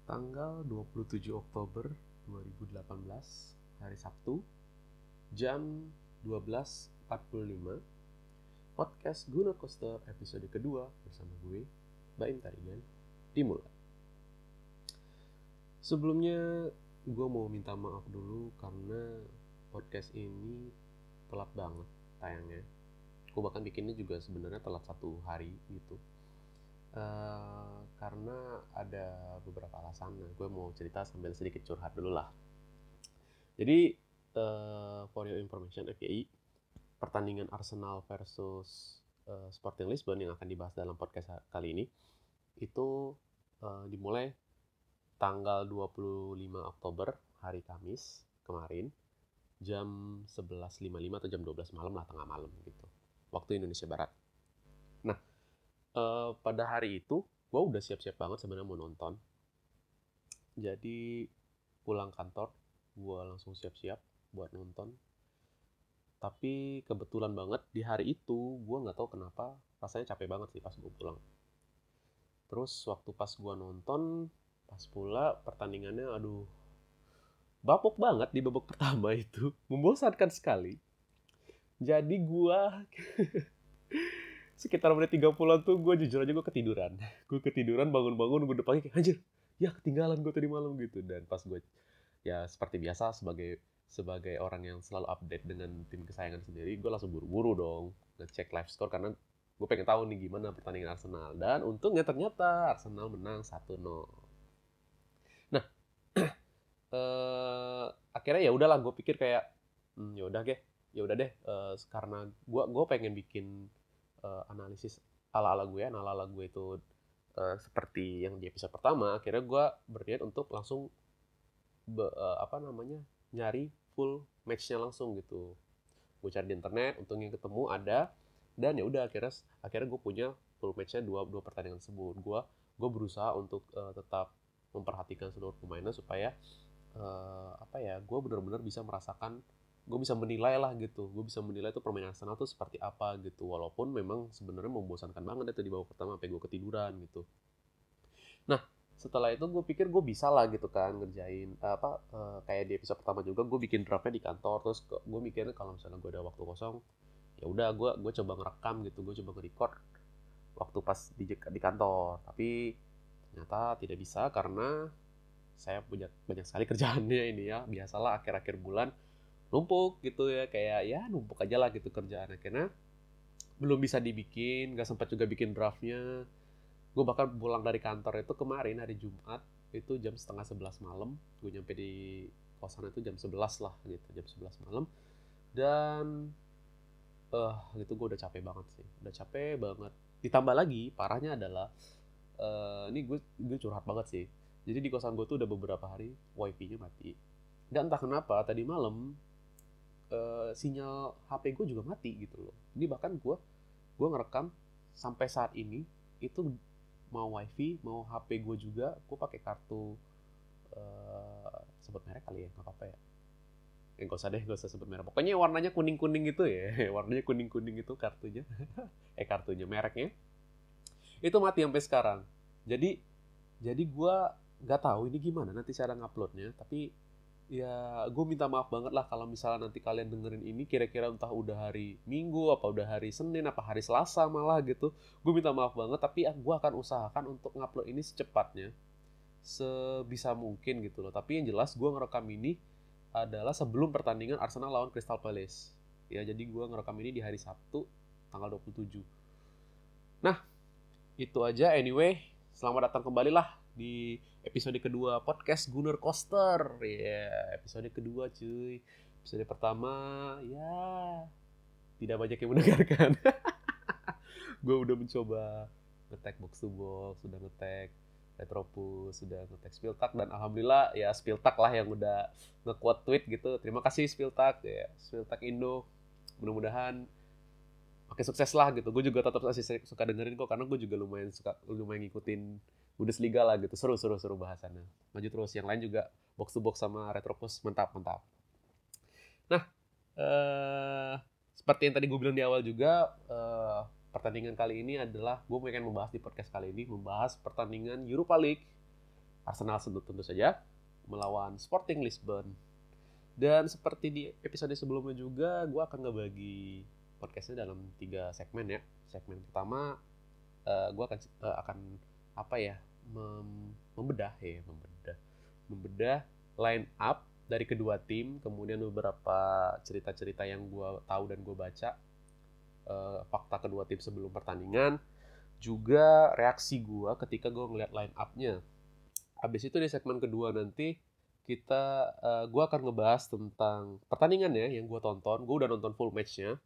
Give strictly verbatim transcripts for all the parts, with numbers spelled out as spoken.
tanggal dua puluh tujuh Oktober dua ribu delapan belas, hari Sabtu, jam dua belas empat puluh lima. Podcast Gunner Coaster episode kedua bersama gue, Baim Tarigan, dimulai. Sebelumnya, gue mau minta maaf dulu karena podcast ini telat banget tayangnya. Gue bahkan bikinnya juga sebenarnya telat satu hari gitu. Uh, karena ada beberapa alasan. Nah, gue mau cerita sambil sedikit curhat dulu lah. Jadi, uh, for your information, F Y I, pertandingan Arsenal versus uh, Sporting Lisbon yang akan dibahas dalam podcast kali ini itu uh, dimulai tanggal dua puluh lima Oktober, hari Kamis kemarin, jam sebelas lima puluh lima atau jam dua belas malam lah, tengah malam gitu, waktu Indonesia Barat. Nah, uh, pada hari itu gue udah siap-siap banget sebenarnya mau nonton. Jadi pulang kantor gue langsung siap-siap buat nonton. Tapi kebetulan banget di hari itu gue nggak tahu kenapa rasanya capek banget sih pas gue pulang. Terus waktu pas gue nonton, pas pula pertandingannya aduh bapuk banget di babak pertama itu, membosankan sekali. Jadi gue sekitar menit tiga puluhan tuh gue jujur aja gue ketiduran. Gue ketiduran, bangun-bangun gue udah pagi kayak anjir, ya ketinggalan gue tadi malam gitu. Dan pas gue ya seperti biasa sebagai sebagai orang yang selalu update dengan tim kesayangan sendiri, gue langsung buru-buru dong ngecek live score karena gue pengen tahu nih gimana pertandingan Arsenal. Dan untungnya ternyata Arsenal menang satu nol. Nah, eh, akhirnya ya udahlah, gue pikir kayak hmm, ya udah deh, ya udah deh, eh, karena gue gue pengen bikin eh, analisis ala-ala gue, ala-ala gue itu eh, seperti yang di episode pertama. Akhirnya gue berniat untuk langsung be, uh, apa namanya nyari full matchnya langsung gitu. Gue cari di internet, untungnya ketemu ada, dan ya udah akhirnya akhirnya gue punya full matchnya dua dua pertandingan tersebut. Gue gue berusaha untuk uh, tetap memperhatikan seluruh pemainnya supaya uh, apa ya gue benar-benar bisa merasakan, gue bisa menilai lah gitu, gue bisa menilai tuh permainan Arsenal tuh seperti apa gitu, walaupun memang sebenarnya membosankan banget itu di babak pertama sampai gue ketiduran gitu. Nah, setelah itu gue pikir gue bisa lah gitu kan ngerjain apa uh, kayak di episode pertama juga gue bikin draftnya di kantor. Terus gue mikirnya kalau misalnya gue ada waktu kosong, ya udah gue gue coba ngerekam gitu, gue coba nge-record waktu pas di di kantor. Tapi ternyata tidak bisa karena saya punya banyak sekali kerjaannya ini ya, biasalah akhir-akhir bulan numpuk gitu ya, kayak ya numpuk aja lah gitu kerjaan. Akhirnya belum bisa dibikin, gak sempat juga bikin draftnya. Gue bahkan pulang dari kantor itu kemarin hari Jumat itu jam setengah sebelas malam. Gue nyampe di kosan itu jam sebelas lah gitu, jam sebelas malam. Dan eh uh, gitu gue udah capek banget sih, udah capek banget. Ditambah lagi parahnya adalah uh, ini gue gue curhat banget sih. Jadi di kosan gue tuh udah beberapa hari wifi-nya mati. Dan entah kenapa tadi malam uh, sinyal H P gue juga mati gitu loh. Ini bahkan gue gue ngerekam sampai saat ini itu mau wifi mau H P gue juga gue pakai kartu uh, sebut merek kali ya, nggak apa-apa ya, eh, nggak usah deh, nggak usah sebut merek, pokoknya warnanya kuning kuning gitu ya. Warnanya kuning kuning itu kartunya. eh kartunya mereknya itu mati sampai sekarang. Jadi jadi gue nggak tahu ini gimana nanti cara nguploadnya. Tapi ya gue minta maaf banget lah kalau misalnya nanti kalian dengerin ini kira-kira entah udah hari Minggu apa udah hari Senin apa hari Selasa malah gitu. Gue minta maaf banget, tapi gue akan usahakan untuk ngupload ini secepatnya, sebisa mungkin gitu loh. Tapi yang jelas gue ngerekam ini adalah sebelum pertandingan Arsenal lawan Crystal Palace ya. Jadi gue ngerekam ini di hari Sabtu tanggal dua puluh tujuh. Nah, itu aja. Anyway, selamat datang kembali lah di episode kedua podcast Gunner Coaster. Ya, yeah, episode kedua cuy. Episode pertama ya tidak banyak yang mendengarkan. Gue udah mencoba nge-tag box to box, sudah nge-tag Retropus, sudah nge-tag Spiltak, dan alhamdulillah ya Spiltak lah yang udah nge-quote tweet gitu. Terima kasih Spiltak ya, Spiltak Indo. Mudah-mudahan oke sukses lah gitu. Gue juga tetap masih suka dengerin kok karena gue juga lumayan suka lumayan ngikutin Bundesliga lah gitu. Seru seru seru bahasannya. Maju terus, yang lain juga box to box sama Retropus mantap mantap. Nah, eh, seperti yang tadi gue bilang di awal juga, eh, pertandingan kali ini adalah gue pengen membahas di podcast kali ini membahas pertandingan Europa League Arsenal tentu saja melawan Sporting Lisbon. Dan seperti di episode sebelumnya juga, gue akan ngebagi podcastnya dalam tiga segmen ya. Segmen pertama, uh, gue akan uh, akan apa ya mem- membedah ya membedah membedah line up dari kedua tim, kemudian beberapa cerita-cerita yang gue tahu dan gue baca, uh, fakta kedua tim sebelum pertandingan, juga reaksi gue ketika gue ngeliat line up-nya. Habis itu di segmen kedua nanti kita uh, gue akan ngebahas tentang pertandingannya yang gue tonton. Gue udah nonton full match-nya.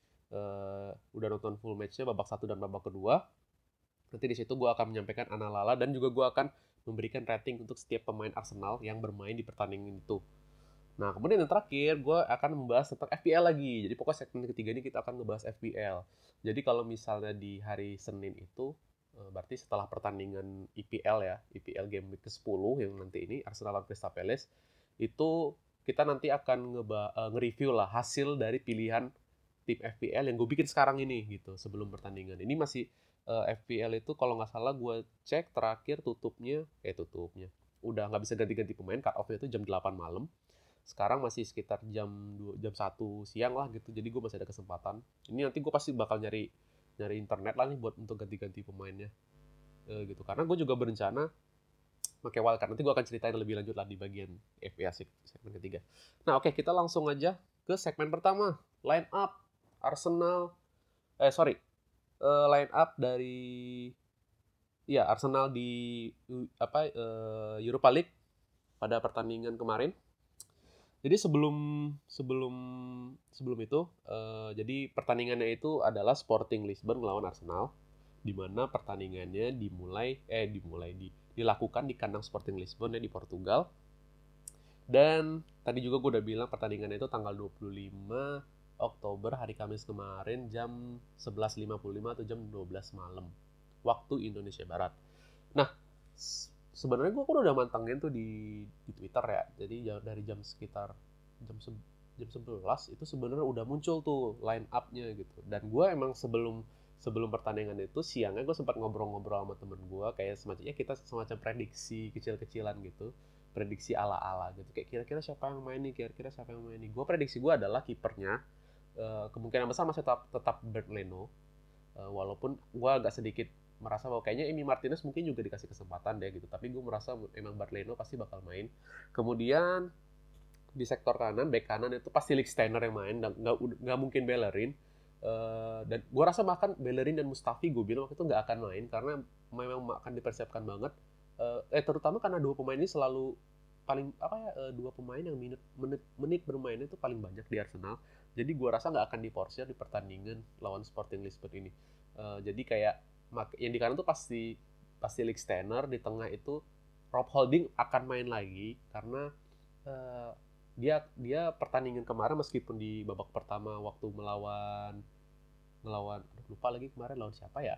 Uh, udah nonton full match-nya babak satu dan babak kedua. Nanti di situ gue akan menyampaikan analala dan juga gue akan memberikan rating untuk setiap pemain Arsenal yang bermain di pertandingan itu. Nah, kemudian yang terakhir gue akan membahas tentang F P L lagi. Jadi pokoknya segmen ketiga ini kita akan ngebahas F P L. Jadi kalau misalnya di hari Senin itu, berarti setelah pertandingan I P L ya, I P L game week ke sepuluh yang nanti ini Arsenal lawan Crystal Palace, itu kita nanti akan ngeba, uh, nge-review lah hasil dari pilihan tim F P L yang gue bikin sekarang ini gitu sebelum pertandingan. Ini masih uh, F P L itu kalau nggak salah gue cek terakhir tutupnya, eh tutupnya, udah nggak bisa ganti-ganti pemain, cut off-nya itu jam delapan malam. Sekarang masih sekitar jam dua, jam satu siang lah gitu, jadi gue masih ada kesempatan. Ini nanti gue pasti bakal nyari nyari internet lah nih buat untuk ganti-ganti pemainnya e, gitu, karena gue juga berencana pakai wildcard. Nanti gue akan ceritain lebih lanjut lah di bagian F P L segmen ketiga. Nah oke, kita langsung aja ke segmen pertama, line up Arsenal eh sorry uh, line up dari ya Arsenal di apa uh, Europa League pada pertandingan kemarin. Jadi sebelum sebelum sebelum itu, uh, jadi pertandingannya itu adalah Sporting Lisbon melawan Arsenal, di mana pertandingannya dimulai eh dimulai di dilakukan di kandang Sporting Lisbon ya di Portugal. Dan tadi juga gue udah bilang pertandingannya itu tanggal dua puluh lima Oktober, hari Kamis kemarin, jam sebelas lima puluh lima atau jam dua belas malam waktu Indonesia Barat. Nah, sebenarnya gue kan udah mantengin tuh di, di Twitter ya. Jadi dari jam sekitar jam se, jam sebelas itu sebenarnya udah muncul tuh line up-nya gitu. Dan gue emang sebelum sebelum pertandingan itu siangnya gue sempat ngobrol-ngobrol sama temen gue, kayak semacamnya kita semacam prediksi kecil-kecilan gitu. Prediksi ala-ala gitu. Kayak kira-kira siapa yang main nih, kira-kira siapa yang main nih. Gue prediksi gue adalah kipernya uh, kemungkinan besar masih tetap tetap Bernd Leno. Uh, walaupun gue agak sedikit merasa bahwa kayaknya Emi Martinez mungkin juga dikasih kesempatan deh gitu, tapi gue merasa emang Bernd Leno pasti bakal main. Kemudian di sektor kanan, back kanan itu pasti Lik Steiner yang main, dan nggak nggak mungkin Bellerin. Uh, dan gue rasa bahkan Bellerin dan Mustafi gue bilang waktu itu nggak akan main karena memang akan dipersiapkan banget. Uh, eh terutama karena dua pemain ini selalu paling apa ya uh, dua pemain yang menit menit menit bermainnya itu paling banyak di Arsenal. Jadi gue rasa nggak akan diporsir di pertandingan lawan Sporting Lisbon ini. Uh, jadi kayak yang di kanan tuh pasti pasti Lik Steiner, di tengah itu Rob Holding akan main lagi karena uh, dia dia pertandingan kemarin meskipun di babak pertama waktu melawan melawan aduh lupa lagi kemarin lawan siapa ya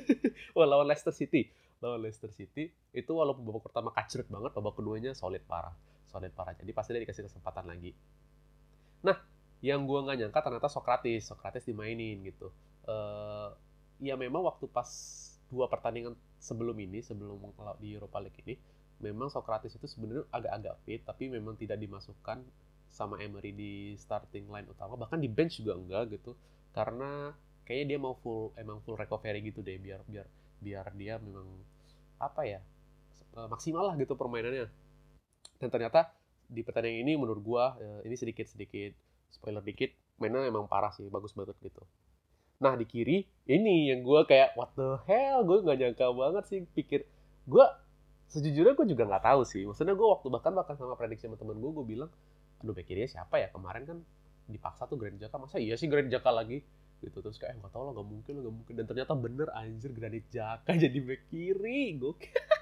oh lawan Leicester City lawan Leicester City itu walaupun babak pertama kacrut banget, babak keduanya solid parah solid parah jadi pasti dia dikasih kesempatan lagi. Nah yang gue nggak nyangka ternyata Sokratis Sokratis dimainin gitu. Uh, ya memang waktu pas dua pertandingan sebelum ini, sebelum di Europa League ini, memang Sokratis itu sebenarnya agak-agak fit, tapi memang tidak dimasukkan sama Emery di starting line utama, bahkan di bench juga enggak gitu, karena kayaknya dia mau full emang full recovery gitu deh, biar biar biar dia memang apa ya maksimal lah gitu permainannya. Dan ternyata di pertandingan ini menurut gua ini sedikit sedikit spoiler dikit, mainnya emang parah sih, bagus banget gitu. Nah di kiri ini yang gue kayak what the hell, gue nggak nyangka banget sih, pikir gue sejujurnya gue juga nggak tahu sih, maksudnya gue waktu bahkan bahkan sama prediksi sama temen gue, gue bilang aduh back kirinya siapa ya, kemarin kan dipaksa tuh Granit Xhaka, masa iya sih Granit Xhaka lagi gitu, terus kayak nggak tahu lah, nggak mungkin lah nggak mungkin, dan ternyata bener anjir Granit Xhaka jadi back kiri. Gue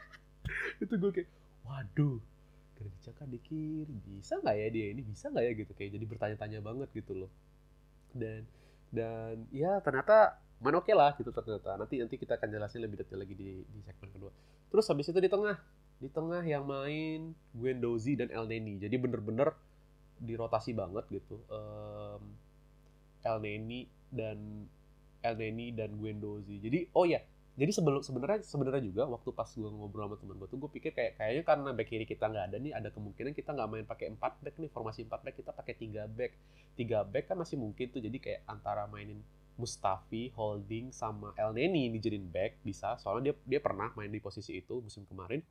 itu gue kayak waduh, Granit Xhaka di kiri bisa nggak ya dia ini, bisa nggak ya gitu, kayak jadi bertanya-tanya banget gitu loh. Dan dan ya ternyata main oke okay lah gitu ternyata. Nanti nanti kita akan jelasin lebih detail lagi di di segmen kedua. Terus habis itu di tengah, di tengah yang main Guendouzi dan Elneny. Jadi bener-bener dirotasi banget gitu. Um, Elneny dan Elneny dan Guendouzi. Jadi oh ya, jadi sebelum sebenarnya sebenarnya juga waktu pas gue ngobrol sama teman gue tuh gue pikir kayak kayaknya karena back kiri kita nggak ada nih, ada kemungkinan kita nggak main pakai empat back nih, formasi empat back, kita pakai tiga back. Tiga back kan masih mungkin tuh, jadi kayak antara mainin Mustafi, Holding sama El Neni dijadiin back bisa, soalnya dia dia pernah main di posisi itu musim kemarin.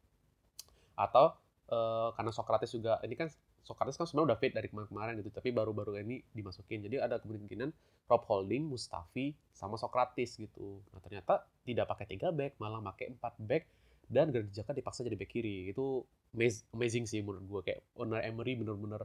Atau uh, karena Socrates juga, ini kan Socrates kan sebenarnya udah fit dari kemarin-kemarin gitu, tapi baru-baru ini dimasukin. Jadi ada kemungkinan Rob Holding, Mustafi, sama Socrates gitu. Nah ternyata tidak pakai tiga back, malah pakai empat back, dan Granit Xhaka dipaksa jadi back kiri. Itu amazing sih menurut gue, kayak Unai Emery bener-bener,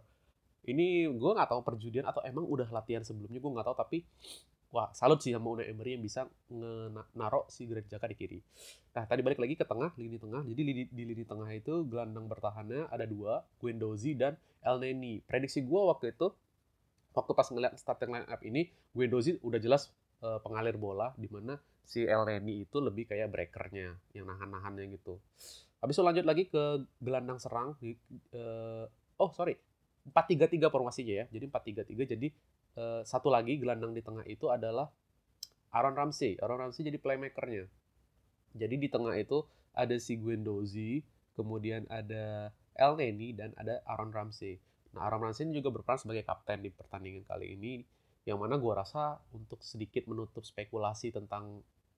ini gue nggak tahu perjudian atau emang udah latihan sebelumnya, gue nggak tahu, tapi wah, salut sih sama Unai Emery yang bisa nge-narok si Granit Xhaka di kiri. Nah, tadi balik lagi ke tengah, lini tengah. Jadi di, di lini tengah itu gelandang bertahannya ada dua, Guendouzi dan El Neni. Prediksi gue waktu itu, waktu pas ngeliat starting line up ini, Guendouzi udah jelas uh, pengalir bola, di mana si El Neni itu lebih kayak breakernya, yang nahan-nahannya gitu. Habis itu lanjut lagi ke gelandang serang. Uh, oh, sorry. empat tiga tiga formasinya ya. Jadi empat tiga tiga, jadi Uh, satu lagi gelandang di tengah itu adalah Aaron Ramsey. Aaron Ramsey jadi playmakernya. Jadi di tengah itu ada si Guendouzi, kemudian ada El Neni, dan ada Aaron Ramsey. Nah, Aaron Ramsey ini juga berperan sebagai kapten di pertandingan kali ini, yang mana gue rasa untuk sedikit menutup spekulasi tentang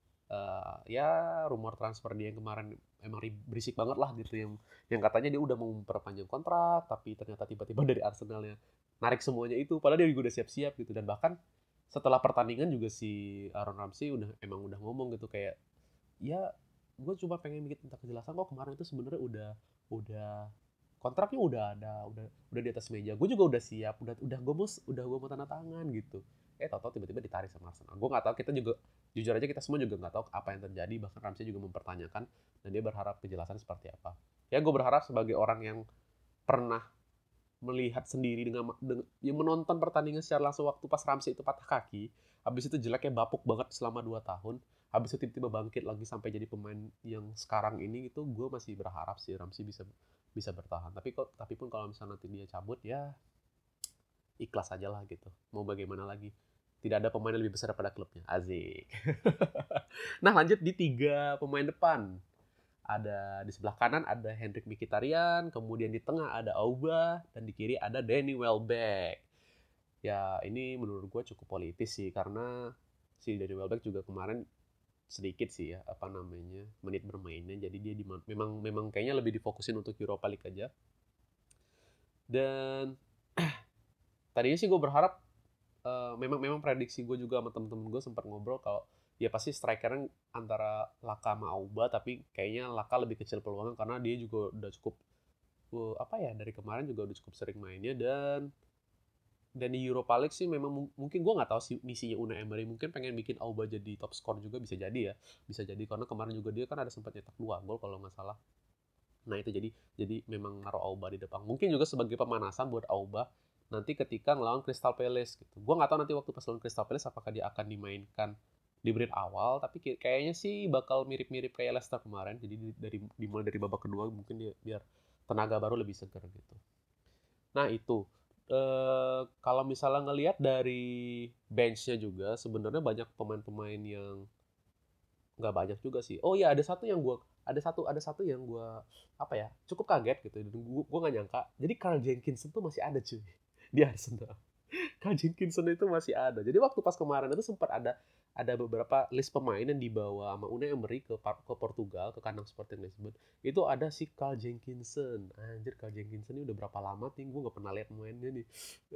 uh, ya rumor transfer dia yang kemarin emang berisik banget lah gitu, yang yang katanya dia udah mau memperpanjang kontrak, tapi ternyata tiba-tiba dari Arsenalnya narik semuanya itu, padahal dia juga udah siap-siap gitu. Dan bahkan setelah pertandingan juga si Aaron Ramsey udah emang udah ngomong gitu kayak, ya gue cuma pengen bikin tentang kejelasan kok, kemarin itu sebenarnya udah udah kontraknya udah ada, udah udah di atas meja, gue juga udah siap, udah udah gue mau udah gue mau tanda tangan gitu. Eh tau-tau tiba-tiba ditarik sama Arsenal. Gue nggak tahu, kita juga jujur aja kita semua juga nggak tahu apa yang terjadi, bahkan Ramsey juga mempertanyakan, dan dia berharap kejelasan seperti apa. Ya gue berharap sebagai orang yang pernah melihat sendiri dengan, dengan yang menonton pertandingan secara langsung waktu pas Ramsey itu patah kaki, habis itu jeleknya bapuk banget selama dua tahun, habis itu tiba-tiba bangkit lagi sampai jadi pemain yang sekarang ini, itu gue masih berharap sih Ramsey bisa bisa bertahan. Tapi kok tapi pun kalau misalnya nanti dia cabut, ya ikhlas aja lah gitu. Mau bagaimana lagi? Tidak ada pemain yang lebih besar daripada klubnya. Asik. Nah, lanjut di tiga pemain depan. Ada di sebelah kanan ada Henrik Mkhitaryan, kemudian di tengah ada Auba, dan di kiri ada Danny Welbeck. Ya, ini menurut gue cukup politis sih, karena si Danny Welbeck juga kemarin sedikit sih ya, apa namanya, menit bermainnya. Jadi dia di, memang memang kayaknya lebih difokusin untuk Europa League aja. Dan tadinya sih gue berharap, uh, memang memang prediksi gue juga sama temen-temen gue sempat ngobrol kalau ya pasti strikernya antara Laka sama Auba, tapi kayaknya Laka lebih kecil peluangnya karena dia juga udah cukup uh, apa ya, dari kemarin juga udah cukup sering mainnya. Dan dan di Europa League sih memang mungkin gue nggak tahu sih misinya Unai Emery, mungkin pengen bikin Auba jadi top skor juga, bisa jadi ya, bisa jadi karena kemarin juga dia kan ada sempat nyetak dua gol kalau nggak salah. Nah itu jadi jadi memang naruh Auba di depan, mungkin juga sebagai pemanasan buat Auba nanti ketika ngelawan Crystal Palace gitu. Gue nggak tahu nanti waktu pas lawan Crystal Palace apakah dia akan dimainkan di menit awal, tapi kayaknya sih bakal mirip-mirip kayak Leicester kemarin. Jadi dari dimulai dari babak kedua mungkin dia biar tenaga baru lebih segar gitu. Nah itu e, kalau misalnya ngelihat dari benchnya juga sebenarnya banyak pemain-pemain yang nggak banyak juga sih. Oh ya, ada satu yang gue ada satu ada satu yang gue apa ya cukup kaget gitu. Gue gue nggak nyangka. Jadi Carl Jenkinson tuh masih ada cuy di Arsenal. Carl Jenkinson itu masih ada. Jadi waktu pas kemarin itu sempat ada ada beberapa list pemain yang dibawa sama Unai Emery ke ke Portugal, ke kandang Sporting Lisbon. Itu ada si Carl Jenkinson. Anjir, Carl Jenkinson ini udah berapa lama nih gue nggak pernah lihat mainnya nih.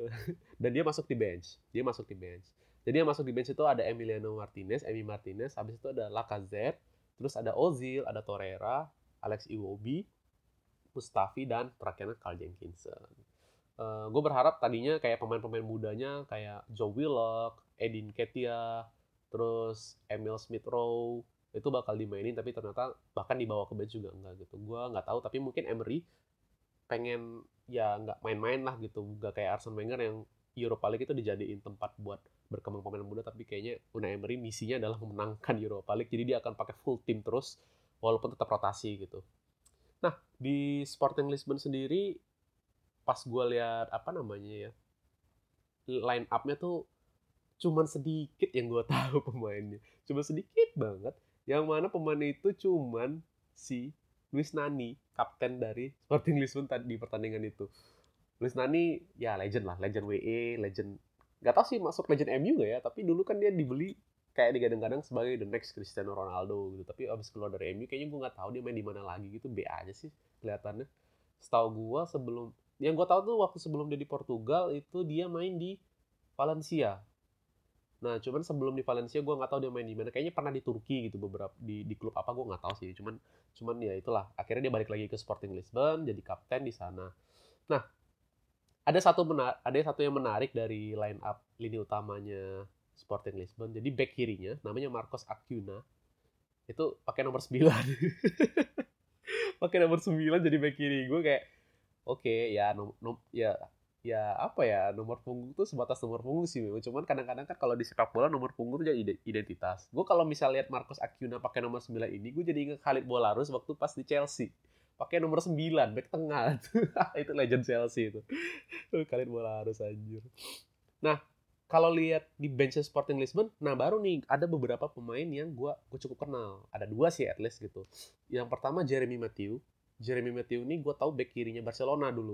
Dan dia masuk di bench. Dia masuk di bench. Jadi yang masuk di bench itu ada Emiliano Martinez, Emi Martinez, habis itu ada Lacazette, terus ada Ozil, ada Torreira, Alex Iwobi, Mustafi, dan terakhirnya Carl Jenkinson. Uh, gue berharap tadinya kayak pemain-pemain mudanya kayak Joe Willock, Edin Ketia, terus Emil Smith-Rowe itu bakal dimainin, tapi ternyata bahkan dibawa ke bench juga enggak gitu. Gue nggak tahu, tapi mungkin Emery pengen ya nggak main-main lah gitu, nggak kayak Arsene Wenger yang Europa League itu dijadiin tempat buat berkembang pemain muda, tapi kayaknya Unai Emery misinya adalah memenangkan Europa League, jadi dia akan pakai full tim terus walaupun tetap rotasi gitu. Nah di Sporting Lisbon sendiri pas gue lihat apa namanya ya, line up-nya tuh cuman sedikit yang gue tahu pemainnya, cuma sedikit banget. Yang mana pemain itu cuman si Luis Nani, kapten dari Sporting Lisbon tadi di pertandingan itu. Luis Nani ya legend lah, legend W E, legend nggak tahu sih masuk legend M U nggak ya, tapi dulu kan dia dibeli kayak digadang-gadang sebagai the next Cristiano Ronaldo gitu. Tapi abis keluar dari M U kayaknya gue nggak tahu dia main di mana lagi gitu, B aja sih kelihatannya. Setahu gue sebelum yang gue tahu tuh waktu sebelum dia di Portugal itu dia main di Valencia. Nah, cuman sebelum di Valencia gue nggak tahu dia main di mana. Kayaknya pernah di Turki gitu beberapa di di klub apa gue nggak tahu sih. Cuman cuman ya itulah. Akhirnya dia balik lagi ke Sporting Lisbon jadi kapten di sana. Nah, ada satu menar- ada satu yang menarik dari line up lini utamanya Sporting Lisbon. Jadi back kirinya namanya Marcos Acuna. Itu pakai nomor sembilan. Pakai nomor sembilan jadi back kiri. Gue kayak oke okay, ya nom, nom, ya ya apa ya nomor punggung tuh sebatas nomor punggung sih memang. Cuman kadang-kadang kan kalau di sepak bola nomor punggung tuh jadi identitas. Gue kalau misal lihat Marcos Acuna pakai nomor sembilan ini, gue jadi ingat Khalid Bolarus waktu pas di Chelsea. Pakai nomor sembilan, back tengah. Itu legend Chelsea itu. Khalid Bolarus anjir. Nah, kalau lihat di bench Sporting Lisbon, nah baru nih ada beberapa pemain yang gue gue cukup kenal. Ada dua sih at least gitu. Yang pertama Jeremy Mathieu. Jeremy Mathieu ini gue tahu back kirinya Barcelona dulu.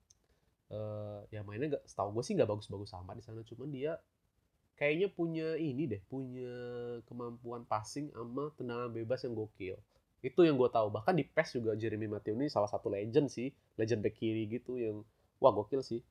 Uh, ya mainnya gak, setahu gue sih nggak bagus-bagus amat di sana, cuman dia kayaknya punya ini deh, punya kemampuan passing sama tendangan bebas yang gokil. Itu yang gue tahu. Bahkan di P E S juga Jeremy Mathieu ini salah satu legend sih, legend back kiri gitu yang wah gokil sih.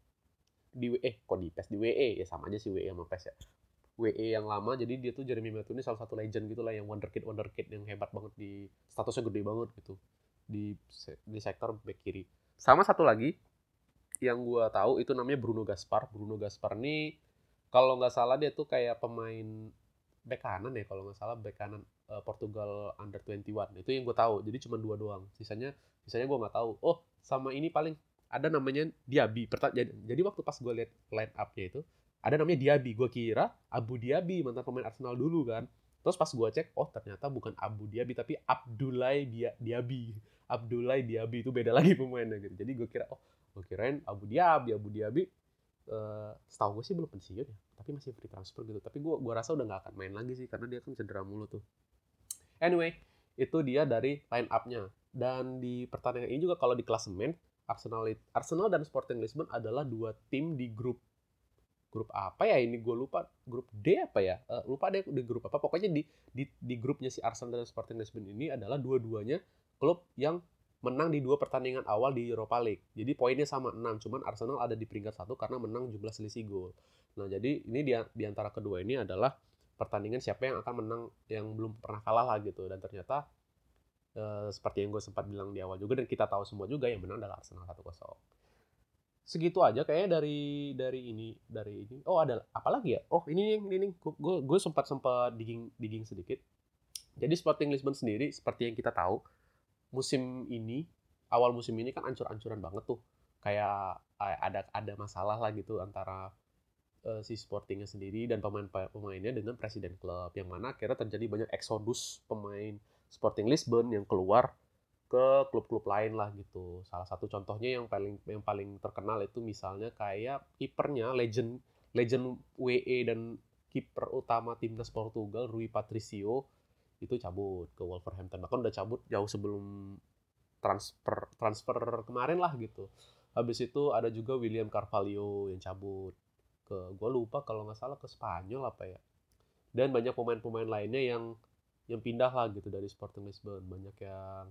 Di eh kok di P E S di W E ya sama aja sih W E sama P E S ya. W E yang lama, jadi dia tuh Jeremy Mathieu ini salah satu legend gitu lah, yang wonderkid wonderkid yang hebat banget, di statusnya gede banget gitu di di sektor back kiri. Sama satu lagi yang gue tahu itu namanya Bruno Gaspar. Bruno Gaspar ini kalau nggak salah dia tuh kayak pemain back kanan ya, kalau nggak salah back kanan uh, Portugal under dua puluh satu. Itu yang gue tahu. Jadi cuma dua doang. Sisanya sisanya gue nggak tahu. Oh, sama ini paling ada namanya Diaby. Perta- jadi, jadi waktu pas gue lihat line up-nya itu ada namanya Diaby. Gue kira Abu Diaby, mantan pemain Arsenal dulu kan. Terus pas gue cek, oh ternyata bukan Abu Diaby tapi Abdoulaye Diaby. Abdoulaye Diaby itu beda lagi pemainnya gitu. Jadi gue kira oh gue kirain Abu Diaby Abu Diaby uh, setahu gue sih belum pensiun ya, tapi masih free transfer gitu. Tapi gue gue rasa udah nggak akan main lagi sih karena dia kan cedera mulu tuh. Anyway, itu dia dari line up-nya. Dan di pertandingan ini juga kalau di klasemen Arsenal Arsenal dan Sporting Lisbon adalah dua tim di grup grup apa ya ini gue lupa, grup D apa ya, uh, lupa deh di grup apa. Pokoknya di di di grupnya si Arsenal dan Sporting Lisbon ini adalah dua-duanya klub yang menang di dua pertandingan awal di Europa League. Jadi poinnya sama enam, cuman Arsenal ada di peringkat satu karena menang jumlah selisih gol. Nah, jadi ini di, di antara kedua ini adalah pertandingan siapa yang akan menang yang belum pernah kalah lah gitu. Dan ternyata eh, seperti yang gue sempat bilang di awal juga dan kita tahu semua juga yang menang adalah Arsenal satu kosong. Segitu aja kayaknya dari dari ini dari ini. Oh, ada apa lagi ya? Oh, ini ini, ini. gue gue sempat sempat digging digging sedikit. Jadi Sporting Lisbon sendiri seperti yang kita tahu musim ini, awal musim ini kan ancur-ancuran banget tuh. Kayak ada ada masalah lah gitu antara uh, si Sportingnya sendiri dan pemain-pemainnya dengan presiden klub, yang mana akhirnya terjadi banyak eksodus pemain Sporting Lisbon yang keluar ke klub-klub lain lah gitu. Salah satu contohnya yang paling yang paling terkenal itu misalnya kayak kipernya legend legend W E dan kiper utama timnas Portugal Rui Patricio itu cabut ke Wolverhampton. Bahkan udah cabut jauh sebelum transfer transfer kemarin lah gitu. Habis itu ada juga William Carvalho yang cabut ke, gue lupa kalau nggak salah ke Spanyol apa ya. Dan banyak pemain-pemain lainnya yang yang pindah lah gitu dari Sporting Lisbon. Banyak yang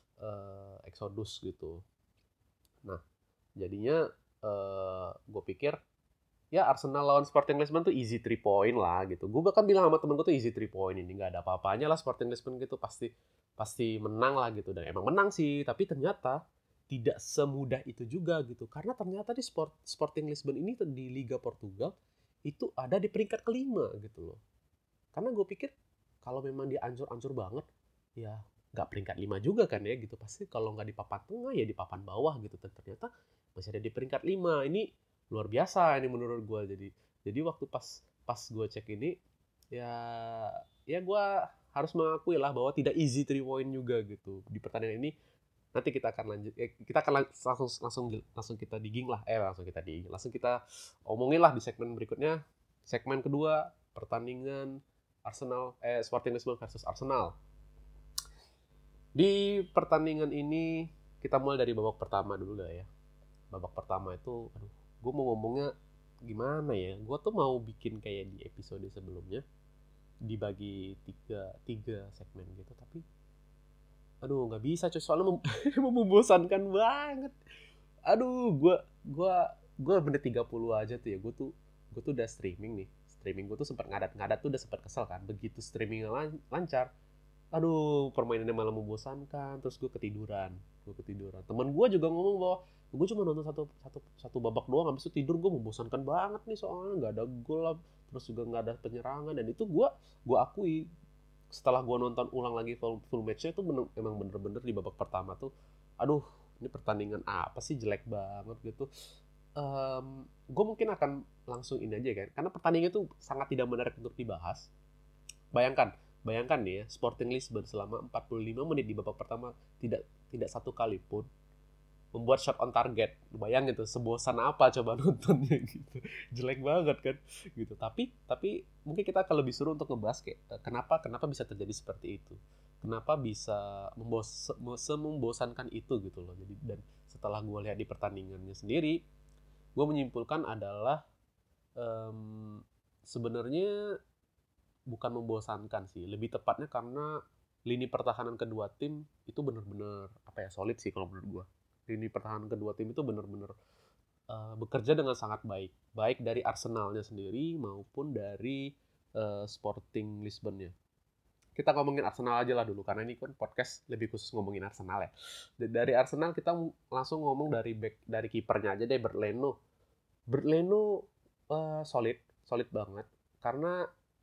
uh, exodus gitu. Nah, jadinya uh, gue pikir ya Arsenal lawan Sporting Lisbon tuh easy three point lah gitu. Gue bahkan bilang sama temen gue tuh easy three point ini, nggak ada apa-apanya lah Sporting Lisbon gitu, pasti pasti menang lah gitu. Dan emang menang sih, tapi ternyata tidak semudah itu juga gitu. Karena ternyata di Sport, Sporting Lisbon ini di Liga Portugal itu ada di peringkat kelima gitu loh. Karena gue pikir kalau memang dia ancur-ancur banget, ya nggak peringkat lima juga kan ya gitu. Pasti kalau nggak di papan tengah ya di papan bawah gitu. Dan ternyata masih ada di peringkat lima. Ini luar biasa ini menurut gue. Jadi jadi waktu pas pas gue cek ini ya ya gue harus mengakui lah bahwa tidak easy three point juga gitu di pertandingan ini. Nanti kita akan lanjut eh, kita akan langsung langsung langsung kita digging lah eh langsung kita digging langsung kita omongin lah di segmen berikutnya, segmen kedua pertandingan Arsenal eh Sporting Lisbon versus Arsenal. Di pertandingan ini kita mulai dari babak pertama dulu lah ya. Babak pertama itu, aduh, gue mau ngomongnya gimana ya? Gue tuh mau bikin kayak di episode sebelumnya, dibagi tiga tiga segmen gitu, tapi aduh nggak bisa cuy, soalnya mem- membosankan banget. Aduh, gue gue gue menit tiga puluh aja tuh ya, gue tuh gue tuh udah streaming nih, streaming gue tuh sempat ngadat-ngadat tuh, udah sempat kesel kan, begitu streamingnya lan- lancar, aduh permainannya malah membosankan, terus gue ketiduran, gue ketiduran. Teman gue juga ngomong bahwa gue cuma nonton satu satu satu babak doang, habis itu tidur. Gue membosankan banget nih soalnya nggak ada gol lah, terus juga nggak ada penyerangan. Dan itu gue gue akui, setelah gue nonton ulang lagi full, full matchnya tuh bener, emang bener-bener di babak pertama tuh, aduh ini pertandingan apa sih, jelek banget gitu. Um, gue mungkin akan langsung ini aja kan, karena pertandingan itu sangat tidak menarik untuk dibahas. Bayangkan, bayangkan nih ya, Sporting Lisbon selama empat puluh lima menit di babak pertama tidak tidak satu kali pun membuat shot on target. Bayangin tuh, sebosan apa coba nontonnya gitu. Jelek banget kan gitu. Tapi tapi mungkin kita akan lebih seru untuk ngebahas kayak eh, kenapa kenapa bisa terjadi seperti itu. Kenapa bisa membos semembosankan itu gitu loh. Jadi, dan setelah gue lihat di pertandingannya sendiri, gue menyimpulkan adalah um, sebenarnya bukan membosankan sih, lebih tepatnya karena lini pertahanan kedua tim itu benar-benar apa ya, solid sih kalau menurut gue. Lini pertahanan kedua tim itu benar-benar uh, bekerja dengan sangat baik, baik dari Arsenalnya sendiri maupun dari uh, Sporting Lisbonnya. Kita ngomongin Arsenal aja lah dulu, karena ini kan podcast lebih khusus ngomongin Arsenal ya. Dari Arsenal kita langsung ngomong dari back, dari kipernya aja deh, Bernd Leno. Bernd Leno uh, solid, solid banget. Karena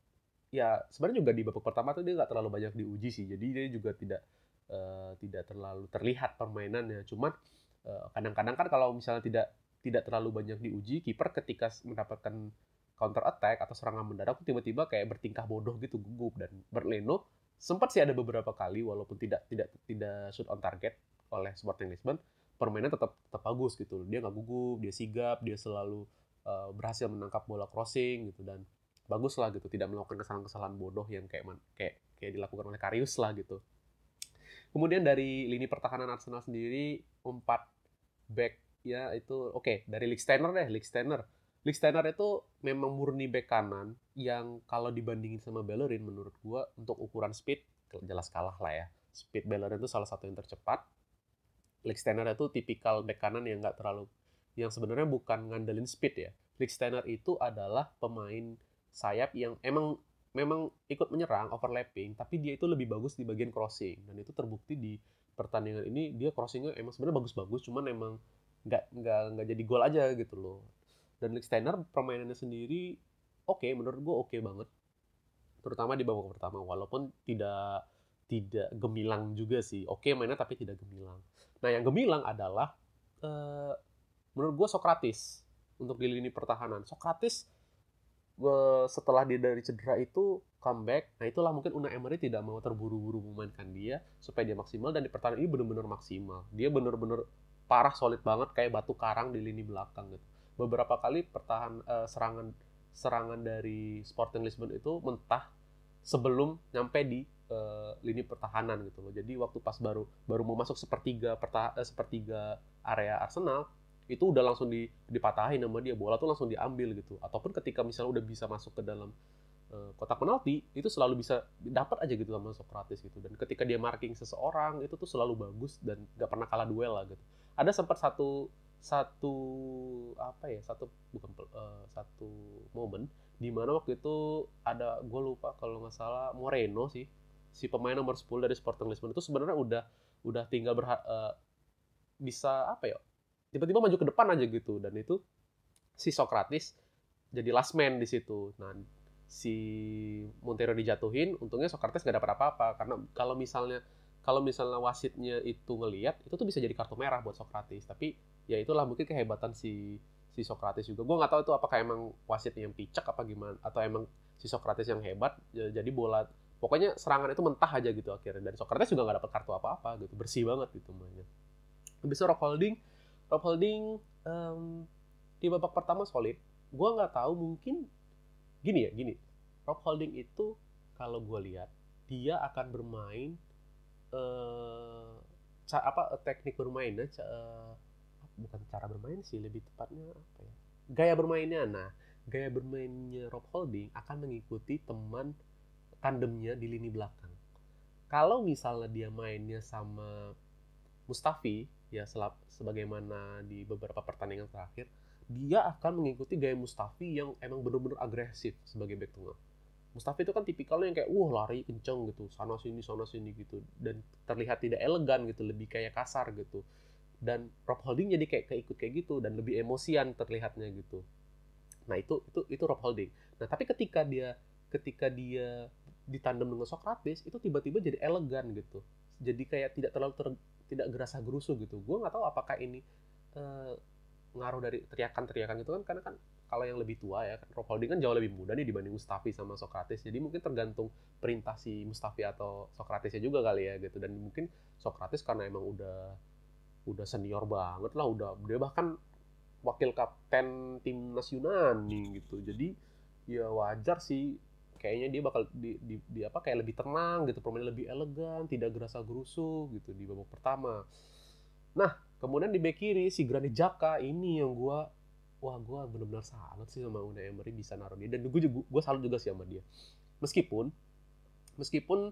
ya sebenarnya juga di babak pertama tuh dia nggak terlalu banyak diuji sih, jadi dia juga tidak uh, tidak terlalu terlihat permainannya. Cuman uh, kadang-kadang kan kalau misalnya tidak tidak terlalu banyak diuji, kiper ketika mendapatkan counter attack atau serangan mendadak tuh tiba-tiba kayak bertingkah bodoh gitu, gugup. Dan Bernd Leno sempat sih ada beberapa kali, walaupun tidak tidak tidak shoot on target oleh Sporting Lisbon, permainan tetap tetap bagus gitu. Dia nggak gugup, dia sigap, dia selalu uh, berhasil menangkap bola crossing gitu, dan bagus lah gitu, tidak melakukan kesalahan-kesalahan bodoh yang kayak kayak kayak dilakukan oleh Karius lah gitu. Kemudian dari lini pertahanan Arsenal sendiri, empat back ya itu oke, okay, dari Lichtsteiner deh, Lichtsteiner. Lichtsteiner itu memang murni back kanan yang kalau dibandingin sama Bellerin, menurut gua untuk ukuran speed jelas kalah lah ya. Speed Bellerin itu salah satu yang tercepat. Lichtsteiner itu tipikal back kanan yang nggak terlalu, yang sebenarnya bukan ngandelin speed ya. Lichtsteiner itu adalah pemain sayap yang emang memang ikut menyerang, overlapping, tapi dia itu lebih bagus di bagian crossing, dan itu terbukti di pertandingan ini. Dia crossingnya emang sebenarnya bagus-bagus, cuman emang nggak nggak nggak jadi gol aja gitu loh. Dan Lichtsteiner permainannya sendiri oke, okay, menurut gue oke okay banget, terutama di babak pertama, walaupun tidak tidak gemilang juga sih. Oke okay, mainnya tapi tidak gemilang. Nah yang gemilang adalah uh, menurut gue Sokratis untuk di lini pertahanan. Sokratis setelah dia dari cedera itu comeback, nah itulah mungkin Unai Emery tidak mau terburu-buru memainkan dia supaya dia maksimal, dan di pertandingan ini benar-benar maksimal. Dia benar-benar parah, solid banget kayak batu karang di lini belakang gitu. Beberapa kali pertahan uh, serangan serangan dari Sporting Lisbon itu mentah sebelum nyampe di uh, lini pertahanan gitu loh. Jadi waktu pas baru baru mau masuk sepertiga pertah uh, sepertiga area Arsenal, itu udah langsung dipatahin sama dia, bola tuh langsung diambil gitu. Ataupun ketika misalnya udah bisa masuk ke dalam uh, kotak penalti, itu selalu bisa dapat aja gitu sama Sokratis gitu. Dan ketika dia marking seseorang, itu tuh selalu bagus dan gak pernah kalah duel lah gitu. Ada sempat satu satu apa ya satu bukan uh, satu momen di mana waktu itu ada, gue lupa kalau nggak salah Moreno sih, si pemain nomor sepuluh dari Sporting Lisbon itu sebenarnya udah udah tinggal berha- uh, bisa apa ya, tiba-tiba maju ke depan aja gitu, dan itu si Sokratis jadi last man di situ. Nah, si Montero dijatuhin, untungnya Sokratis nggak dapat apa-apa, karena kalau misalnya kalau misalnya wasitnya itu ngelihat, itu tuh bisa jadi kartu merah buat Sokratis. Tapi ya itulah mungkin kehebatan si si Sokratis juga. Gue nggak tahu itu apakah emang wasitnya yang picak apa gimana, atau emang si Sokratis yang hebat. Jadi bola, pokoknya serangan itu mentah aja gitu akhirnya. Dan Sokratis juga nggak dapat kartu apa-apa gitu, bersih banget gitu mainnya. Habis itu Rob Holding, Rob Holding um, di babak pertama solid. Gue nggak tahu, mungkin gini ya, gini. Rob Holding itu kalau gue lihat dia akan bermain eh ca- apa teknik bermainnya ca- eh, bukan cara bermain sih, lebih tepatnya apa ya, gaya bermainnya. Nah, gaya bermainnya Rob Holding akan mengikuti teman tandemnya di lini belakang. Kalau misalnya dia mainnya sama Mustafi ya, selap, sebagaimana di beberapa pertandingan terakhir, dia akan mengikuti gaya Mustafi yang emang benar-benar agresif sebagai back tengah. Mustafi itu kan tipikalnya yang kayak wah lari kenceng gitu, sana sini sana sini gitu, dan terlihat tidak elegan gitu, lebih kayak kasar gitu. Dan Rob Holding jadi kayak keikut kayak gitu dan lebih emosian terlihatnya gitu. Nah, itu itu itu Rob Holding. Nah, tapi ketika dia ketika dia ditandem dengan Socrates itu tiba-tiba jadi elegan gitu. Jadi kayak tidak terlalu ter, tidak gerasa gerusu gitu. Gue nggak tahu apakah ini eh, ngaruh dari teriakan-teriakan gitu kan, karena kan kalau yang lebih tua ya kan Rob Holding kan jauh lebih muda nih dibanding Mustafi sama Socrates. Jadi mungkin tergantung perintah si Mustafi atau Socratesnya juga kali ya gitu. Dan mungkin Socrates karena emang udah udah senior banget lah, udah dia bahkan wakil kapten timnas Yunani gitu. Jadi ya wajar sih kayaknya dia bakal di, di, di apa kayak lebih tenang gitu, permainan lebih elegan, tidak gerasa gerusu gitu di babak pertama. Nah, kemudian di bek kiri si Granit Xhaka ini yang gua wah gua benar-benar salut sih sama Unai Emery bisa naruh dia, dan gue juga gue salut juga sih sama dia. Meskipun meskipun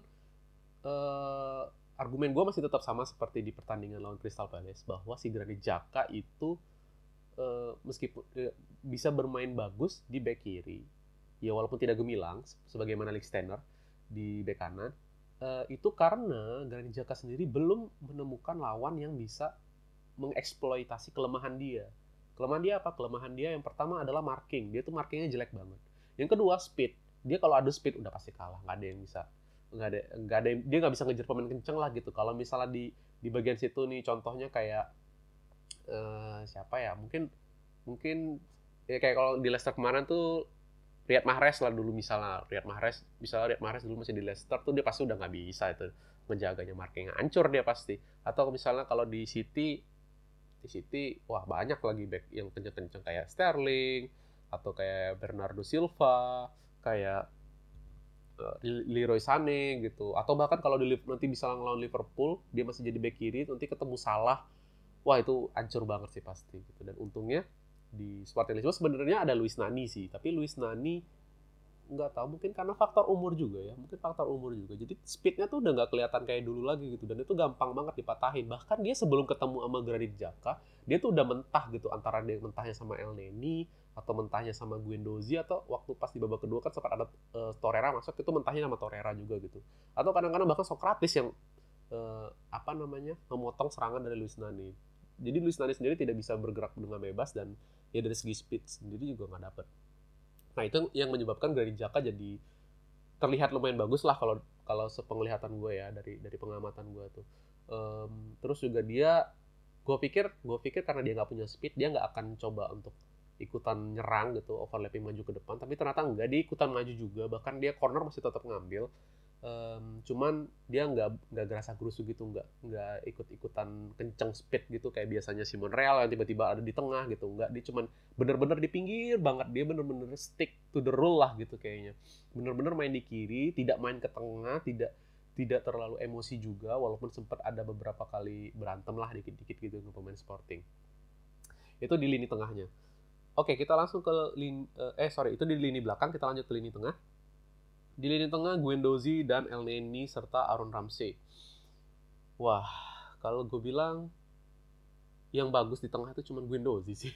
eh, argumen gue masih tetap sama seperti di pertandingan lawan Crystal Palace, bahwa si Granit Xhaka itu eh, meskipun eh, bisa bermain bagus di back kiri, ya walaupun tidak gemilang sebagaimana Alex Steiner di back kanan, eh, itu karena Granit Xhaka sendiri belum menemukan lawan yang bisa mengeksploitasi kelemahan dia. Kelemahan dia apa? Kelemahan dia yang pertama adalah marking. Dia tuh markingnya jelek banget. Yang kedua speed. Dia kalau adu speed udah pasti kalah. Nggak ada yang bisa. Nggak ada, nggak ada. Dia nggak bisa ngejar pemain kenceng lah gitu. Kalau misalnya di di bagian situ nih, contohnya kayak eh, siapa ya? Mungkin mungkin ya kayak kalau di Leicester kemarin tuh Riyad Mahrez lah dulu misalnya. Riyad Mahrez, misalnya Riyad Mahrez dulu masih di Leicester tuh dia pasti udah nggak bisa itu menjaganya, marking hancur dia pasti. Atau misalnya kalau di City di City wah banyak lagi back yang kenceng-kenceng kayak Sterling atau kayak Bernardo Silva, kayak uh, Leroy Sané gitu. Atau bahkan kalau di, nanti bisa ngelawan Liverpool dia masih jadi back kiri, nanti ketemu Salah, wah itu hancur banget sih pasti gitu. Dan untungnya di Sporting Lisbon sebenarnya ada Luis Nani sih, tapi Luis Nani nggak tahu, mungkin karena faktor umur juga ya, mungkin faktor umur juga, jadi speednya tuh udah nggak kelihatan kayak dulu lagi gitu, dan itu gampang banget dipatahin. Bahkan dia sebelum ketemu sama Granit Xhaka dia tuh udah mentah gitu, antara dia mentahnya sama El Neni atau mentahnya sama Guendouzi, atau waktu pas di babak kedua kan sempat ada uh, Torreira masuk, itu mentahnya sama Torreira juga gitu. Atau kadang-kadang bahkan Socrates yang uh, apa namanya memotong serangan dari Luis Nani. Jadi Luis Nani sendiri tidak bisa bergerak dengan bebas, dan ya dari segi speed sendiri juga nggak dapet. Nah, itu yang menyebabkan Granit Xhaka jadi terlihat lumayan bagus lah kalau kalau sepenglihatan gue ya, dari dari pengamatan gue tuh. Um, terus juga dia, gue pikir gue pikir karena dia nggak punya speed, dia nggak akan coba untuk ikutan nyerang gitu, overlapping maju ke depan. Tapi ternyata enggak, dia ikutan maju juga. Bahkan dia corner masih tetap ngambil. Um, cuman dia nggak nggak gerasa gerusu gitu, nggak nggak ikut-ikutan kenceng speed gitu kayak biasanya Simon Real yang tiba-tiba ada di tengah gitu. Nggak, dia cuman bener-bener di pinggir banget, dia bener-bener stick to the rule lah gitu kayaknya. Bener-bener main di kiri, tidak main ke tengah, tidak tidak terlalu emosi juga, walaupun sempat ada beberapa kali berantem lah dikit-dikit gitu dengan pemain Sporting. Itu di lini tengahnya. Oke, kita langsung ke lini, eh sorry, itu di lini belakang, kita lanjut ke lini tengah. Di lini tengah Guendouzi dan El Neni serta Aaron Ramsey. Wah, kalau gue bilang yang bagus di tengah itu cuma Guendouzi sih.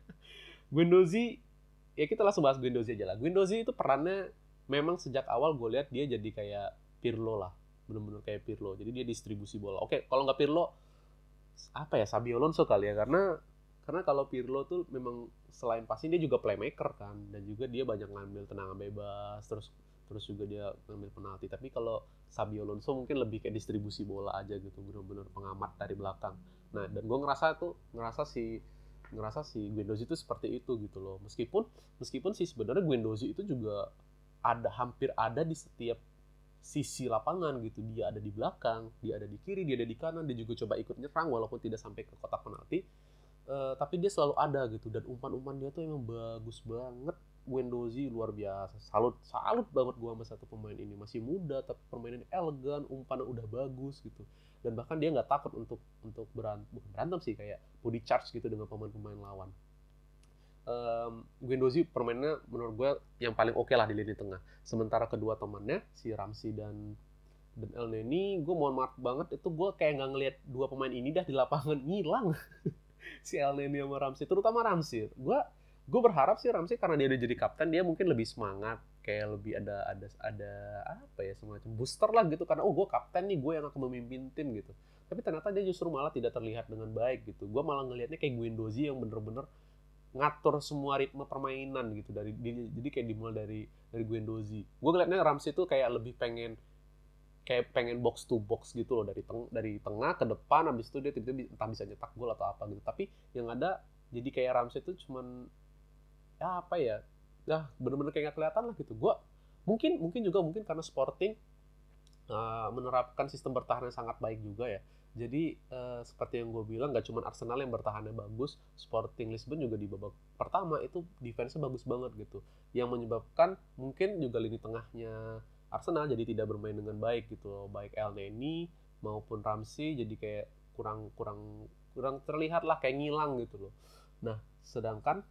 Guendouzi, ya kita langsung bahas Guendouzi aja lah. Guendouzi itu perannya memang sejak awal gue lihat dia jadi kayak Pirlo lah, bener-bener kayak Pirlo. Jadi dia distribusi bola. Oke, kalau nggak Pirlo, apa ya, Xabi Alonso kali ya, karena karena kalau Pirlo tuh memang selain passing dia juga playmaker kan, dan juga dia banyak ngambil tendangan bebas, terus terus juga dia ngambil penalti. Tapi kalau Xabi Alonso mungkin lebih kayak distribusi bola aja gitu, bener-bener pengamat dari belakang. Nah, dan gue ngerasa tuh ngerasa si ngerasa si Guendouzi itu seperti itu gitu loh. Meskipun meskipun sih sebenarnya Guendouzi itu juga ada hampir ada di setiap sisi lapangan gitu. Dia ada di belakang, dia ada di kiri, dia ada di kanan, dia juga coba ikut nyerang walaupun tidak sampai ke kotak penalti. Uh, tapi dia selalu ada gitu, dan umpan-umpan dia tuh emang bagus banget Guendouzi luar biasa. Salut, salut banget gua sama satu pemain ini. Masih muda tapi permainannya elegan, umpannya udah bagus gitu. Dan bahkan dia nggak takut untuk untuk berantem, bukan berantem sih, kayak body charge gitu dengan pemain-pemain lawan. Um, Guendouzi permainannya menurut gue yang paling oke okay lah di lini tengah. Sementara kedua temannya si Ramsey dan dan Elneny, gue mohon maaf banget itu gue kayak nggak ngelihat dua pemain ini dah di lapangan, ngilang. Si Elneny sama Ramsey, terutama Ramsey. Gue gue berharap sih Ramsey karena dia udah jadi kapten, dia mungkin lebih semangat, kayak lebih ada ada ada apa ya, semacam booster lah gitu, karena oh gue kapten nih, gue yang akan memimpin tim gitu. Tapi ternyata dia justru malah tidak terlihat dengan baik gitu. Gue malah ngelihatnya kayak Guendouzi yang bener-bener ngatur semua ritme permainan gitu, dari di, jadi kayak dimulai dari dari Guendouzi. Gue ngeliatnya Ramsey tuh kayak lebih pengen kayak pengen box to box gitu loh, dari teng dari tengah ke depan, habis itu dia tiba-tiba entah bisa nyetak gol atau apa gitu. Tapi yang ada jadi kayak Ramsey tuh cuman ya apa ya, ya bener-bener kayak gak kelihatan lah gitu. Gue mungkin mungkin juga mungkin karena Sporting uh, menerapkan sistem bertahan yang sangat baik juga ya. Jadi uh, seperti yang gue bilang, gak cuma Arsenal yang bertahannya bagus, Sporting Lisbon juga di babak pertama itu defense-nya bagus banget gitu, yang menyebabkan mungkin juga lini tengahnya Arsenal jadi tidak bermain dengan baik gitu loh, baik Elneny maupun Ramsey jadi kayak kurang kurang kurang terlihat lah, kayak ngilang gitu loh. Nah sedangkan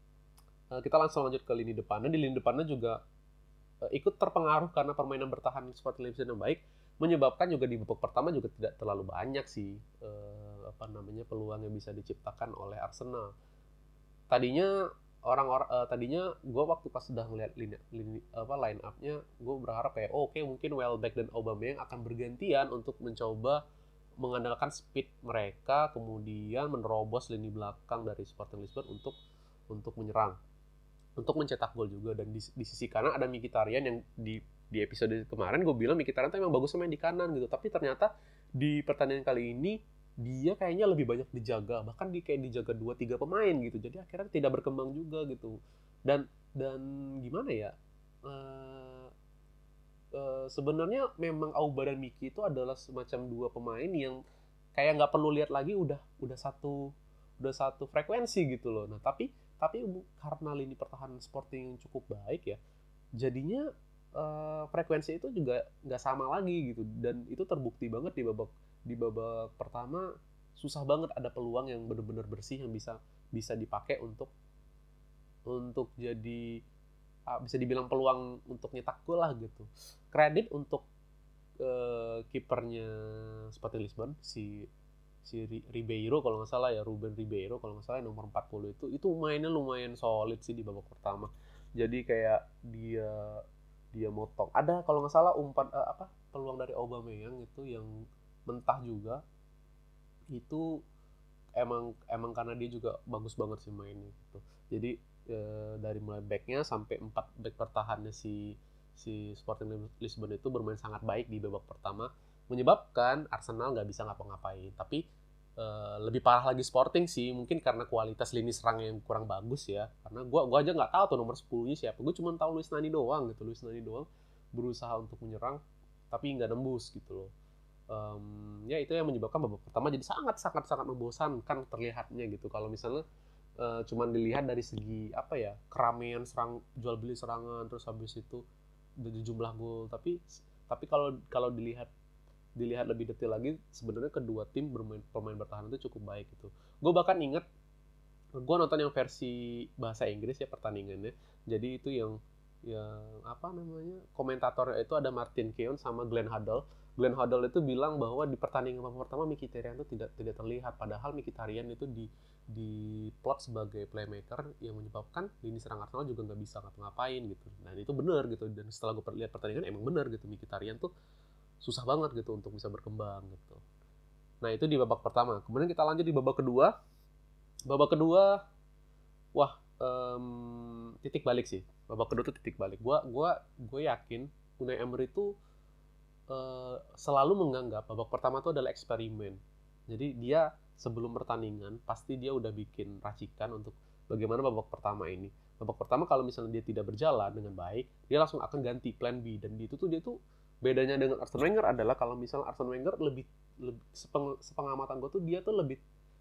uh, kita langsung lanjut ke lini depannya. Di lini depannya juga uh, ikut terpengaruh karena permainan bertahan Sporting Lisbon yang baik, menyebabkan juga di babak pertama juga tidak terlalu banyak sih eh, apa namanya peluang yang bisa diciptakan oleh Arsenal. Tadinya orang-orang eh, tadinya gue waktu pas sudah ngeliat line, line apa line up-nya, gue berharap kayak oh, oke okay, mungkin Welbeck dan Aubameyang akan bergantian untuk mencoba mengandalkan speed mereka, kemudian menerobos lini belakang dari Sporting Lisbon untuk untuk menyerang, untuk mencetak gol juga. Dan di, di sisi kanan ada Mkhitaryan yang di di episode kemarin gue bilang Mkhitaryan tuh emang bagus main di kanan gitu, tapi ternyata di pertandingan kali ini dia kayaknya lebih banyak dijaga, bahkan di kayak dijaga dua tiga pemain gitu, jadi akhirnya tidak berkembang juga gitu. Dan dan gimana ya, uh, uh, sebenarnya memang Auba dan Miki itu adalah semacam dua pemain yang kayak nggak perlu lihat lagi, udah udah satu udah satu frekuensi gitu loh. Nah tapi tapi karena lini pertahanan Sporting yang cukup baik ya, jadinya uh, frekuensi itu juga nggak sama lagi gitu. Dan itu terbukti banget di babak di babak pertama, susah banget ada peluang yang benar-benar bersih yang bisa bisa dipakai untuk untuk jadi uh, bisa dibilang peluang untuk nyetak gol lah gitu. Kredit untuk uh, kipernya Sporting Lisbon, si si Ribeiro kalau nggak salah ya, Ruben Ribeiro kalau nggak salah, nomor empat puluh itu itu mainnya lumayan solid sih di babak pertama. Jadi kayak dia dia motong. Ada kalau nggak salah umpan uh, apa peluang dari Aubameyang itu yang mentah juga. Itu emang emang karena dia juga bagus banget sih mainnya gitu. Jadi e, dari mulai backnya sampai empat back pertahannya si si Sporting Lisbon itu bermain sangat baik di babak pertama, menyebabkan Arsenal nggak bisa ngapa-ngapain. Tapi e, lebih parah lagi Sporting sih, mungkin karena kualitas lini serang yang kurang bagus ya. Karena gua gua aja nggak tahu tuh nomor sepuluh-nya siapa. Gue cuma tahu Luis Nani doang gitu. Luis Nani doang berusaha untuk menyerang tapi nggak nembus gitu loh. Um, ya itu yang menyebabkan babak pertama jadi sangat sangat sangat membosankan terlihatnya gitu. Kalau misalnya uh, cuman dilihat dari segi apa ya, keramaian serang, jual beli serangan, terus habis itu dari jumlah gol, tapi tapi kalau kalau dilihat dilihat lebih detail lagi, sebenarnya kedua tim bermain pemain bertahan itu cukup baik gitu. Gue bahkan inget gue nonton yang versi bahasa Inggris ya pertandingannya, jadi itu yang yang apa namanya, komentatornya itu ada Martin Keown sama Glenn Hoddle. Glenn Hoddle itu bilang bahwa di pertandingan pertama Mkhitaryan itu tidak tidak terlihat, padahal Mkhitaryan itu di di plot sebagai playmaker yang menyebabkan lini serang Arsenal juga nggak bisa ngapa-ngapain gitu. Dan itu benar gitu, dan setelah gue lihat pertandingan emang benar gitu, Mkhitaryan tuh susah banget gitu untuk bisa berkembang gitu. Nah itu di babak pertama. Kemudian kita lanjut di babak kedua. Babak kedua, wah um, titik balik sih. Babak kedua tuh titik balik. Gua gua gue yakin Unai Emery itu Uh, selalu menganggap babak pertama itu adalah eksperimen. Jadi dia sebelum pertandingan pasti dia udah bikin racikan untuk bagaimana babak pertama ini. Babak pertama kalau misalnya dia tidak berjalan dengan baik, dia langsung akan ganti plan B. Dan di itu tuh dia tuh bedanya dengan Arsene Wenger adalah kalau misalnya Arsene Wenger lebih, lebih sepeng, sepengamatan gue tuh dia tuh lebih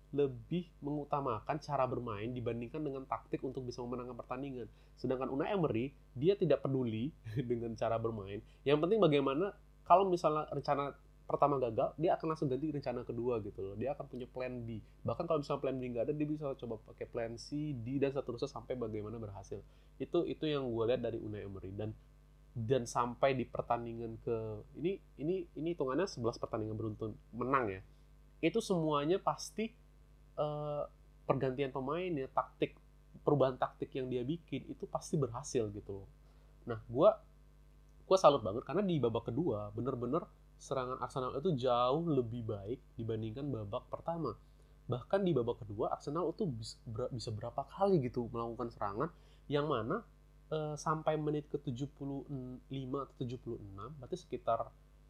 lebih mengutamakan cara bermain dibandingkan dengan taktik untuk bisa memenangkan pertandingan. Sedangkan Unai Emery, dia tidak peduli dengan cara bermain. Yang penting bagaimana kalau misalnya rencana pertama gagal, dia akan langsung ganti rencana kedua gitu loh. Dia akan punya plan B. Bahkan kalau misalnya plan B nggak ada, dia bisa coba pakai plan C, D, dan seterusnya sampai bagaimana berhasil. Itu itu yang gue lihat dari Unai Emery. Dan dan sampai di pertandingan ke ini ini ini hitungannya sebelas pertandingan beruntun menang ya. Itu semuanya pasti uh, pergantian pemain ya, taktik, perubahan taktik yang dia bikin itu pasti berhasil gitu loh. Nah, gue gue salut banget karena di babak kedua bener-bener serangan Arsenal itu jauh lebih baik dibandingkan babak pertama. Bahkan di babak kedua Arsenal itu bisa berapa kali gitu melakukan serangan yang mana uh, sampai menit ke tujuh puluh lima atau tujuh puluh enam, berarti sekitar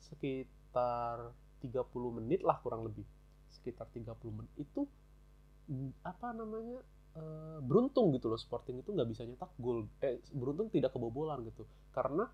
sekitar tiga puluh menit lah kurang lebih. Sekitar tiga puluh menit itu apa namanya uh, beruntung gitu loh, Sporting itu nggak bisa nyetak gol, eh beruntung tidak kebobolan gitu karena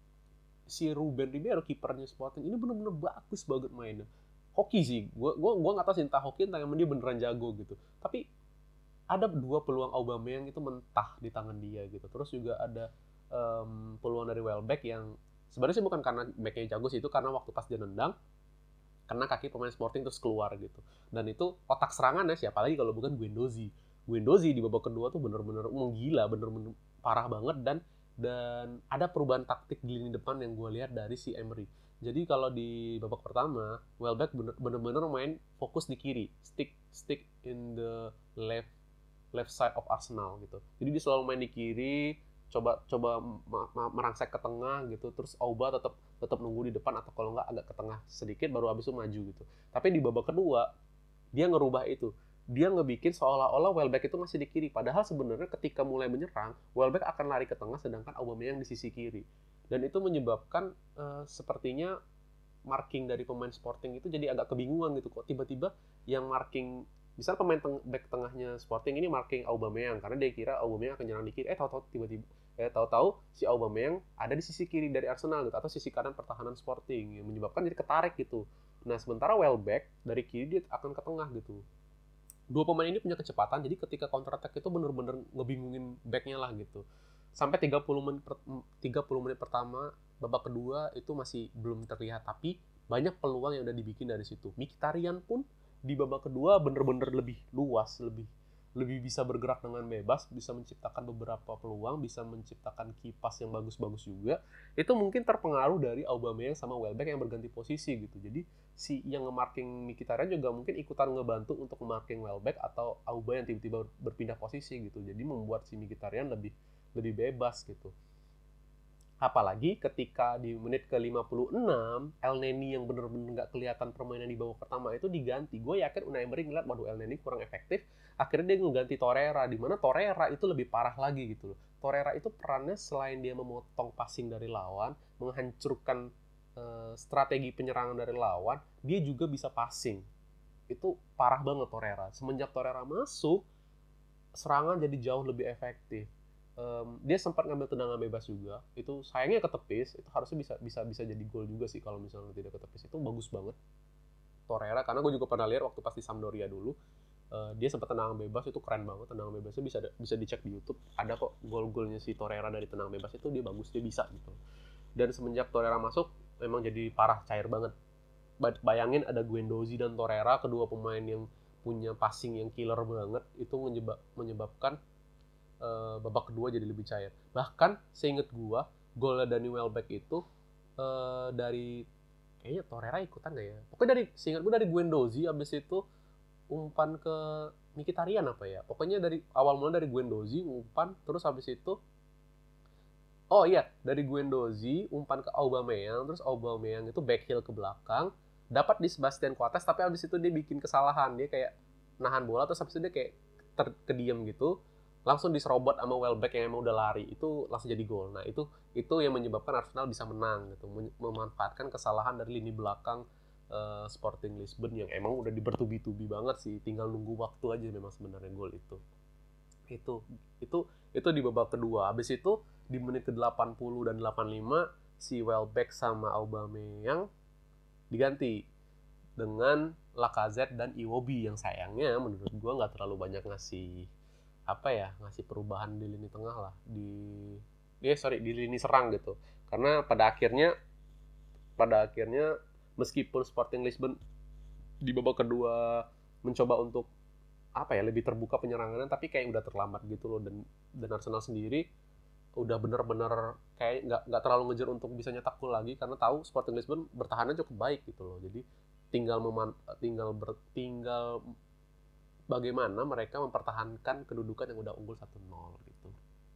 si Ruben Ribeiro kipernya Sporting ini benar-benar bagus banget mainnya. Hoki sih, gue gue gue nggak tahu sih entah hoki entah dia beneran jago gitu. Tapi ada dua peluang Aubameyang itu mentah di tangan dia gitu. Terus juga ada um, peluang dari Welbeck yang sebenarnya sih bukan karena backnya jago sih, itu karena waktu pas dia nendang kena kaki pemain Sporting terus keluar gitu. Dan itu otak serangannya siapa lagi kalau bukan Guendouzi. Guendouzi di babak kedua tuh bener-bener menggila, bener-bener parah banget. Dan dan ada perubahan taktik di lini depan yang gue lihat dari si Emery. Jadi kalau di babak pertama, Welbeck bener-bener main fokus di kiri, stick stick in the left left side of Arsenal gitu. Jadi dia selalu main di kiri, coba coba merangsek ke tengah gitu, terus Auba tetap tetap nunggu di depan atau kalau nggak agak ke tengah sedikit baru habis itu maju gitu. Tapi di babak kedua dia ngerubah itu. Dia ngebikin seolah-olah Welbeck itu masih di kiri. Padahal sebenarnya ketika mulai menyerang, Welbeck akan lari ke tengah sedangkan Aubameyang di sisi kiri. Dan itu menyebabkan uh, sepertinya marking dari pemain Sporting itu jadi agak kebingungan gitu. Kok tiba-tiba yang marking, misal pemain teng- back tengahnya Sporting ini marking Aubameyang karena dia kira Aubameyang akan nyerang di kiri. Eh tahu-tahu tiba-tiba eh tahu-tahu si Aubameyang ada di sisi kiri dari Arsenal gitu, atau sisi kanan pertahanan Sporting yang menyebabkan jadi ketarik gitu. Nah, sementara Welbeck dari kiri dia akan ke tengah gitu. Dua pemain ini punya kecepatan, jadi ketika counter attack itu bener-bener ngebingungin backnya lah gitu. Sampai tiga puluh menit, per, tiga puluh menit pertama, babak kedua itu masih belum terlihat, tapi banyak peluang yang udah dibikin dari situ. Mkhitaryan pun di babak kedua bener-bener lebih luas, lebih lebih bisa bergerak dengan bebas, bisa menciptakan beberapa peluang, bisa menciptakan kipas yang bagus-bagus juga. Itu mungkin terpengaruh dari Aubameyang sama Welbeck yang berganti posisi gitu. Jadi si yang nge-marking Mkhitaryan juga mungkin ikutan ngebantu untuk nge-marking Welbeck atau Auba yang tiba-tiba berpindah posisi gitu. Jadi membuat si Mkhitaryan lebih lebih bebas gitu. Apalagi ketika di menit ke lima puluh enam, El Neni yang bener-bener gak kelihatan permainan di babak pertama itu diganti. Gue yakin Unai Emery ngeliat, waduh El Neni kurang efektif. Akhirnya dia ngeganti Torreira, di mana Torreira itu lebih parah lagi gitu loh. Torreira itu perannya selain dia memotong passing dari lawan, menghancurkan uh, strategi penyerangan dari lawan, dia juga bisa passing. Itu parah banget Torreira. Semenjak Torreira masuk, serangan jadi jauh lebih efektif. Um, dia sempat ngambil tendangan bebas juga, itu sayangnya ketepis, itu harusnya bisa bisa bisa jadi gol juga sih kalau misalnya tidak ketepis. Itu bagus banget Torreira, karena gue juga pernah lihat waktu pas di Sampdoria dulu, uh, dia sempat tendangan bebas, itu keren banget tendangan bebasnya, bisa bisa dicek di YouTube, ada kok gol-golnya si Torreira dari tendangan bebas itu, dia bagus, dia bisa gitu. Dan semenjak Torreira masuk memang jadi parah, cair banget. Bayangin ada Guendouzi dan Torreira, kedua pemain yang punya passing yang killer banget, itu menyebab, menyebabkan Uh, babak kedua jadi lebih cair. Bahkan seinget gue, golnya Danny Welbeck itu uh, dari kayaknya Torreira ikutan gak ya? Pokoknya dari seinget gue dari Guendouzi, abis itu umpan ke Mkhitaryan apa ya? Pokoknya dari awal mula dari Guendouzi umpan, terus abis itu oh iya, dari Guendouzi umpan ke Aubameyang, terus Aubameyang itu backheel ke belakang, dapat di Sebastian Coates, tapi abis itu dia bikin kesalahan, dia kayak nahan bola terus abis itu dia kayak terkediam gitu, langsung diserobot sama Welbeck yang emang udah lari, itu langsung jadi gol. Nah itu itu yang menyebabkan Arsenal bisa menang gitu, memanfaatkan kesalahan dari lini belakang uh, Sporting Lisbon yang emang udah dibertubi-tubi banget sih, tinggal nunggu waktu aja memang sebenarnya gol itu. Itu itu itu di babak kedua. Habis itu di menit ke delapan puluh dan delapan puluh lima si Welbeck sama Aubameyang diganti dengan Lacazette dan Iwobi yang sayangnya menurut gue nggak terlalu banyak ngasih apa ya ngasih perubahan di lini tengah lah di ya sorry di lini serang gitu karena pada akhirnya pada akhirnya meskipun Sporting Lisbon di babak kedua mencoba untuk apa ya lebih terbuka penyerangannya tapi kayak udah terlambat gitu loh dan dan Arsenal sendiri udah benar-benar kayak nggak nggak terlalu ngejar untuk bisa nyetak gol lagi karena tahu Sporting Lisbon bertahannya cukup baik gitu loh jadi tinggal meman, tinggal ber, tinggal bagaimana mereka mempertahankan kedudukan yang udah unggul satu nol gitu.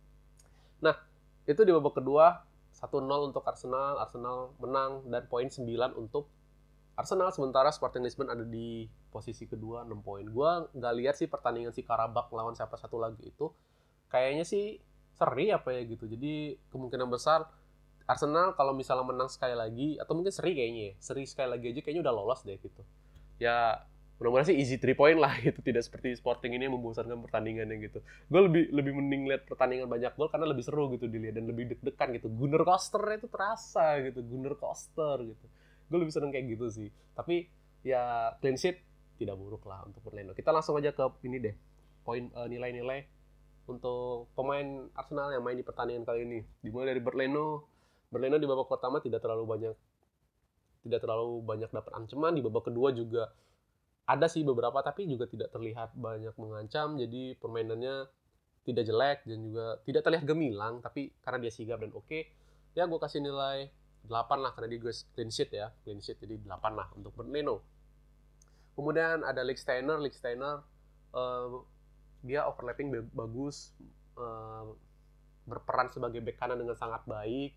Nah, itu di babak kedua satu nol untuk Arsenal, Arsenal menang dan poin sembilan untuk Arsenal sementara Sporting Lisbon ada di posisi kedua enam poin. Gua nggak lihat sih pertandingan si Karabakh lawan siapa satu lagi itu kayaknya sih seri apa ya gitu. Jadi kemungkinan besar Arsenal kalau misalnya menang sekali lagi atau mungkin seri kayaknya ya. Seri sekali lagi aja kayaknya udah lolos deh gitu. Ya mudah-mudahan sih easy three point lah gitu. Tidak seperti Sporting ini yang membosankan pertandingannya gitu. Gue lebih lebih mending lihat pertandingan banyak gol karena lebih seru gitu dilihat dan lebih deg-degan gitu. Gunner Coaster itu terasa gitu. Gunner Coaster gitu. Gue lebih seneng kayak gitu sih. Tapi ya clean sheet tidak buruk lah untuk Berleno. Kita langsung aja ke ini deh. Poin uh, nilai-nilai untuk pemain Arsenal yang main di pertandingan kali ini. Dimulai dari Berleno. Berleno di babak pertama tidak terlalu banyak tidak terlalu banyak dapat ancaman. Di babak kedua juga ada sih beberapa tapi juga tidak terlihat banyak mengancam. Jadi permainannya tidak jelek dan juga tidak terlihat gemilang tapi karena dia sigap dan oke. Okay, ya gue kasih nilai delapan lah karena dia gue clean sheet ya. Clean sheet jadi delapan lah untuk Berleno. Kemudian ada Lichtsteiner, Lichtsteiner uh, dia overlapping bagus, uh, berperan sebagai bek kanan dengan sangat baik.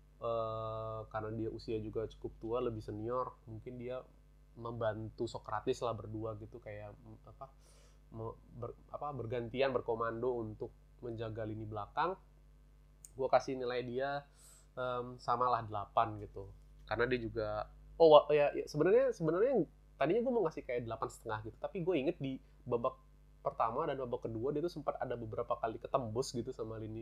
Uh, karena dia usia juga cukup tua, lebih senior, mungkin dia membantu Sokratis lah berdua gitu kayak apa, ber, apa bergantian berkomando untuk menjaga lini belakang. Gue kasih nilai dia um, samalah delapan gitu. Karena dia juga oh ya, ya sebenarnya sebenarnya tadinya gue mau ngasih kayak delapan setengah gitu, tapi gue inget di babak pertama dan babak kedua dia tuh sempat ada beberapa kali ketembus gitu sama lini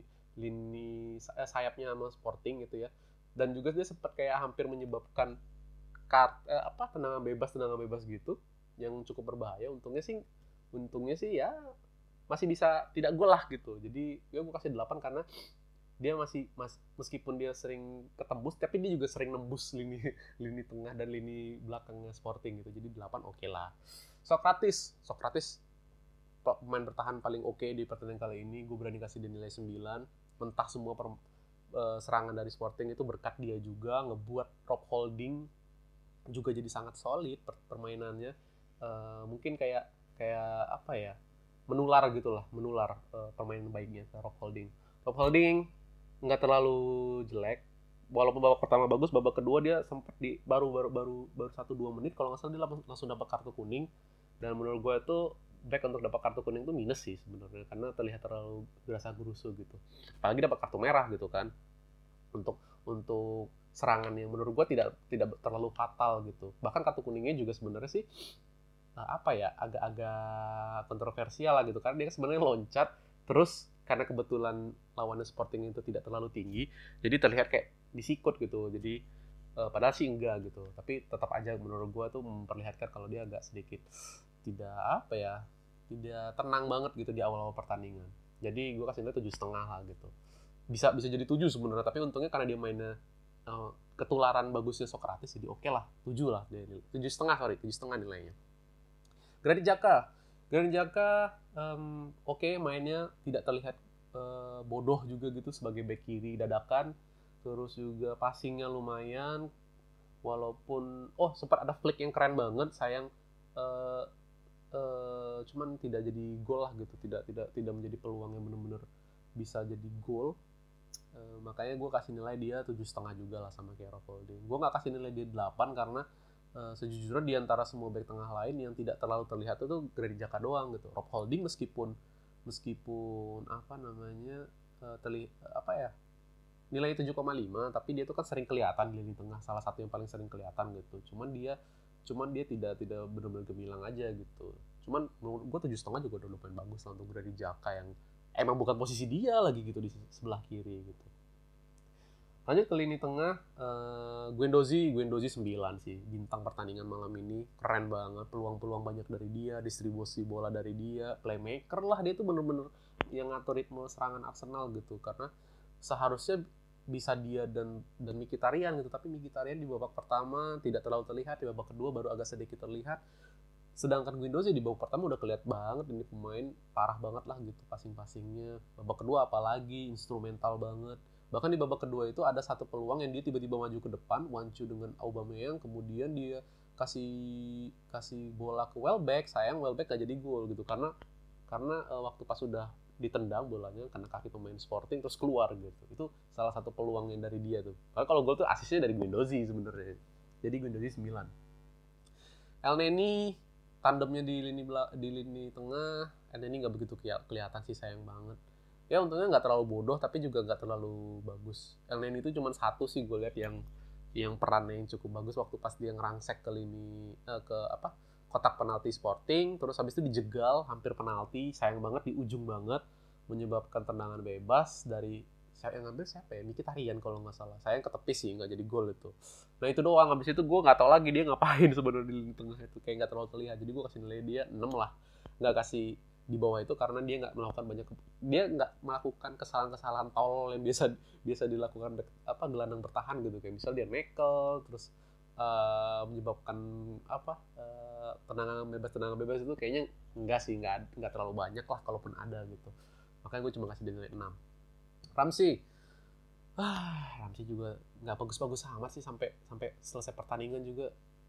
lini sayapnya sama Sporting gitu ya. Dan juga dia sempat kayak hampir menyebabkan kart, eh, apa tendangan bebas tendangan bebas gitu yang cukup berbahaya. Untungnya sih untungnya sih ya masih bisa tidak gol lah gitu. Jadi ya gue kasih delapan karena dia masih mas, meskipun dia sering ketembus tapi dia juga sering nembus lini lini tengah dan lini belakangnya Sporting gitu. Jadi delapan oke okay lah. Sokratis, Sokratis pemain bertahan paling oke okay di pertandingan kali ini. Gue berani kasih dia nilai sembilan. Mentah semua per, uh, serangan dari Sporting itu berkat dia juga. Ngebuat Rob Holding juga jadi sangat solid per, permainannya. Uh, mungkin kayak kayak apa ya, menular gitulah, menular uh, permainan baiknya ke Rob Holding. Rob Holding nggak terlalu jelek. Walaupun babak pertama bagus, babak kedua dia sempat di baru baru baru baru satu dua menit kalau nggak salah dia langsung dapat kartu kuning. Dan menurut gue itu back untuk dapat kartu kuning itu minus sih sebenarnya karena terlihat terlalu berasa gerusu gitu. Apalagi dapat kartu merah gitu kan. Untuk untuk serangan yang menurut gue tidak tidak terlalu fatal gitu. Bahkan kartu kuningnya juga sebenarnya sih apa ya agak-agak kontroversial lah gitu karena dia sebenarnya loncat terus karena kebetulan lawannya Sporting itu tidak terlalu tinggi jadi terlihat kayak disikut gitu. Jadi uh, padahal sih enggak gitu. Tapi tetap aja menurut gue tuh memperlihatkan kalau dia agak sedikit tidak apa ya tidak tenang banget gitu di awal-awal pertandingan. Jadi gue kasih nilai tujuh setengah lah gitu. Bisa bisa jadi tujuh sebenarnya tapi untungnya karena dia mainnya uh, ketularan bagusnya Sokratis jadi oke okay lah tujuh lah dia tujuh setengah sorry tujuh setengah nilainya. Granit Xhaka Granit Xhaka um, oke okay, mainnya tidak terlihat uh, bodoh juga gitu sebagai bek kiri dadakan. Terus juga passingnya lumayan walaupun oh sempat ada flick yang keren banget sayang uh, uh, cuman tidak jadi gol lah gitu, tidak tidak tidak menjadi peluang yang benar-benar bisa jadi gol. Uh, makanya gue kasih nilai dia tujuh setengah juga lah sama kayak Rob Holding. Gue nggak kasih nilai dia delapan karena uh, sejujurnya di antara semua bek tengah lain yang tidak terlalu terlihat itu Granit Xhaka doang gitu. Rob Holding meskipun meskipun apa namanya uh, terlihat apa ya nilai tujuh koma lima tapi dia tuh kan sering kelihatan di lini tengah, salah satu yang paling sering kelihatan gitu. Cuman dia cuman dia tidak tidak benar-benar gemilang aja gitu. Cuman menurut gue tujuh setengah juga udah lumayan bagus lah untuk Granit Xhaka yang emang bukan posisi dia lagi gitu di sebelah kiri gitu. Lanjut ke lini tengah, uh, Guendouzi, Guendouzi sembilan sih, bintang pertandingan malam ini, keren banget, peluang-peluang banyak dari dia, distribusi bola dari dia, playmaker lah, dia tuh bener-bener yang ngatur ritme serangan Arsenal gitu, karena seharusnya bisa dia dan dan Mkhitaryan gitu, tapi Mkhitaryan di babak pertama tidak terlalu terlihat, di babak kedua baru agak sedikit terlihat, sedangkan Guendouzi di babak pertama udah kelihatan banget ini pemain parah banget lah gitu passing-passingnya, babak kedua apalagi instrumental banget. Bahkan di babak kedua itu ada satu peluang yang dia tiba-tiba maju ke depan, one two dengan Aubameyang, kemudian dia kasih kasih bola ke Welbeck, sayang Welbeck gak jadi gol gitu karena karena uh, waktu pas sudah ditendang bolanya kena kaki pemain Sporting terus keluar gitu. Itu salah satu peluang yang dari dia tuh. Karena kalau gol tuh asisnya dari Guendouzi sebenarnya. Jadi Guendouzi sembilan. Elneny tandemnya di lini di lini tengah, Elneny nggak begitu kelihatan sih, sayang banget. Ya untungnya nggak terlalu bodoh tapi juga nggak terlalu bagus. Elneny itu cuma satu sih gue lihat yang yang perannya yang cukup bagus waktu pas dia ngerangsek ke lini eh, ke apa kotak penalti Sporting, terus habis itu dijegal hampir penalti, sayang banget di ujung banget, menyebabkan tendangan bebas dari siapa yang ngambil, siapa ya, Mkhitaryan kalau nggak salah, sayang ketepis sih nggak jadi gol itu. Nah itu doang, habis itu gue nggak tahu lagi dia ngapain sebenarnya di lini tengah itu, kayak nggak terlalu terlihat, jadi gue kasih nilai dia enam lah, nggak kasih di bawah itu karena dia nggak melakukan banyak dia nggak melakukan kesalahan-kesalahan tolol yang biasa biasa dilakukan apa gelandang bertahan gitu, kayak misal dia nekel terus uh, menyebabkan apa uh, tendangan bebas tendangan bebas itu kayaknya enggak sih, nggak nggak terlalu banyak lah kalaupun ada gitu, makanya gue cuma kasih dia nilai enam. Ramsey ah Ramsey juga nggak bagus-bagus amat sih sampai sampai selesai pertandingan juga,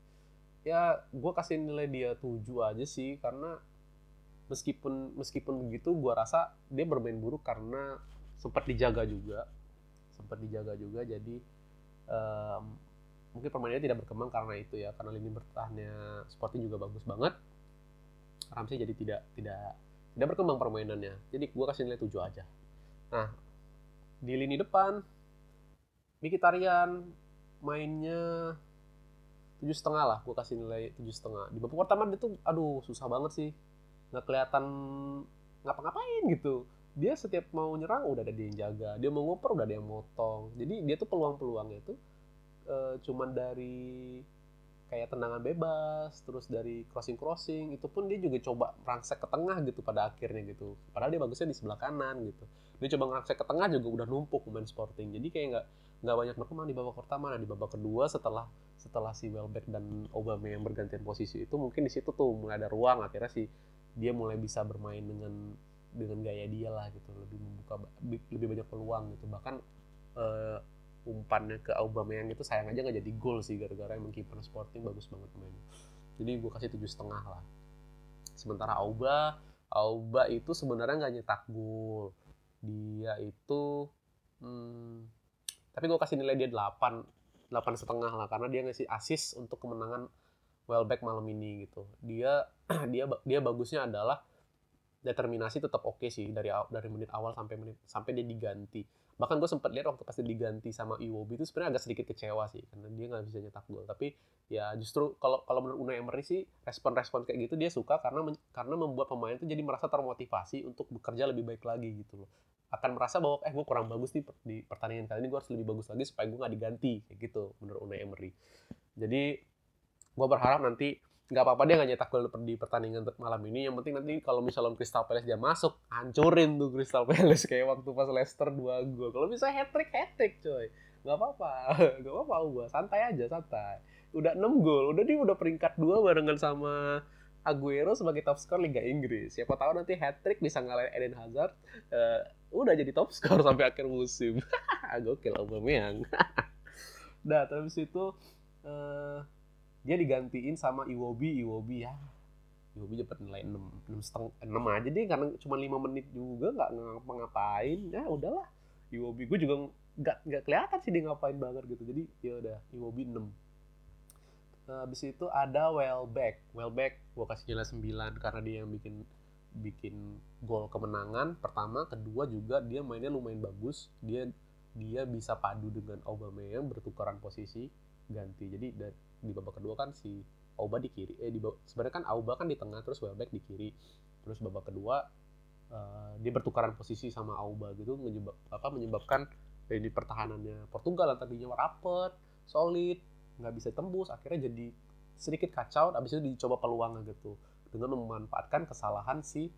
ya gue kasih nilai dia tujuh aja sih, karena meskipun meskipun begitu gue rasa dia bermain buruk karena sempat dijaga juga sempat dijaga juga jadi um, mungkin permainannya tidak berkembang karena itu ya, karena lini bertahannya Sporting juga bagus banget, Ramsey jadi tidak tidak tidak berkembang permainannya, jadi gue kasih nilai tujuh aja. Nah di lini depan Mkhitaryan mainnya tujuh setengah lah, gue kasih nilai tujuh setengah. Di babak pertama dia tuh aduh susah banget sih, nggak kelihatan ngapa-ngapain gitu, dia setiap mau nyerang udah ada dia yang jaga, dia mau ngoper udah ada yang motong, jadi dia tuh peluang-peluangnya tuh uh, cuman dari kayak tendangan bebas, terus dari crossing-crossing, itu pun dia juga coba merangsek ke tengah gitu pada akhirnya gitu, padahal dia bagusnya di sebelah kanan gitu, dia coba merangsek ke tengah juga udah numpuk pemain Sporting, jadi kayak nggak nggak banyak berkembang di babak pertama. Nah di babak kedua setelah setelah si Welbeck dan Aubameyang yang bergantian posisi itu, mungkin di situ tuh mulai ada ruang, akhirnya si dia mulai bisa bermain dengan dengan gaya dia lah gitu, lebih membuka lebih banyak peluang gitu, bahkan uh, umpannya ke Aubameyang itu sayang aja nggak jadi gol sih, gara-gara emang kiper Sporting bagus banget mainnya, jadi gue kasih tujuh setengah lah. Sementara Auba Auba itu sebenarnya nggak nyetak gol, dia itu hmm, tapi gue kasih nilai dia delapan delapan setengah lah, karena dia ngasih assist untuk kemenangan Welbeck malam ini gitu. Dia dia dia bagusnya adalah determinasi tetap oke okay sih dari dari menit awal sampai menit sampai dia diganti. Bahkan gue sempat lihat waktu pas dia diganti sama Iwobi itu sebenarnya agak sedikit kecewa sih karena dia nggak bisa nyetak gol. Tapi ya justru kalau kalau menurut Unai Emery sih respon-respon kayak gitu dia suka karena men, karena membuat pemain itu jadi merasa termotivasi untuk bekerja lebih baik lagi gitu loh. Akan merasa bahwa eh gue kurang bagus nih di pertandingan kali ini, gue harus lebih bagus lagi supaya gue nggak diganti kayak gitu menurut Unai Emery. Jadi gue berharap nanti nggak apa-apa dia nggak nyetak gol di pertandingan malam ini, yang penting nanti kalau misalnya Crystal Palace dia masuk, hancurin tuh Crystal Palace kayak waktu pas Leicester dua gol. Kalau bisa hat trick hat trick coy, nggak apa-apa nggak apa-apa, ubah santai aja santai, udah enam gol, udah dia udah peringkat dua barengan sama Aguero sebagai top skor Liga Inggris, siapa tahu nanti hat trick bisa ngalahin Eden Hazard, uh, udah jadi top skor sampai akhir musim. Gokil Aubameyang. Nah terus itu uh, dia digantiin sama Iwobi. Iwobi ya Iwobi dapat nilai enam enam setengah enam aja deh karena cuma lima menit juga nggak ngapa-ngapain, ya udahlah. Iwobi gue juga nggak nggak kelihatan sih dia ngapain banget gitu, jadi ya udah Iwobi enam. Nah, habis itu ada Welbeck Welbeck gue kasih nilai sembilan karena dia yang bikin bikin gol kemenangan pertama, kedua juga dia mainnya lumayan bagus, dia dia bisa padu dengan Aubameyang bertukaran posisi ganti, jadi dari di babak kedua kan si Auba di kiri, eh di sebenarnya kan Auba kan di tengah terus Welbeck di kiri, terus babak kedua uh, dia bertukaran posisi sama Auba gitu, menyebab apa menyebabkan Ini pertahanannya Portugal yang tadinya rapet, solid, nggak bisa tembus, akhirnya jadi sedikit kacau. Abis itu dicoba peluangnya gitu dengan memanfaatkan kesalahan si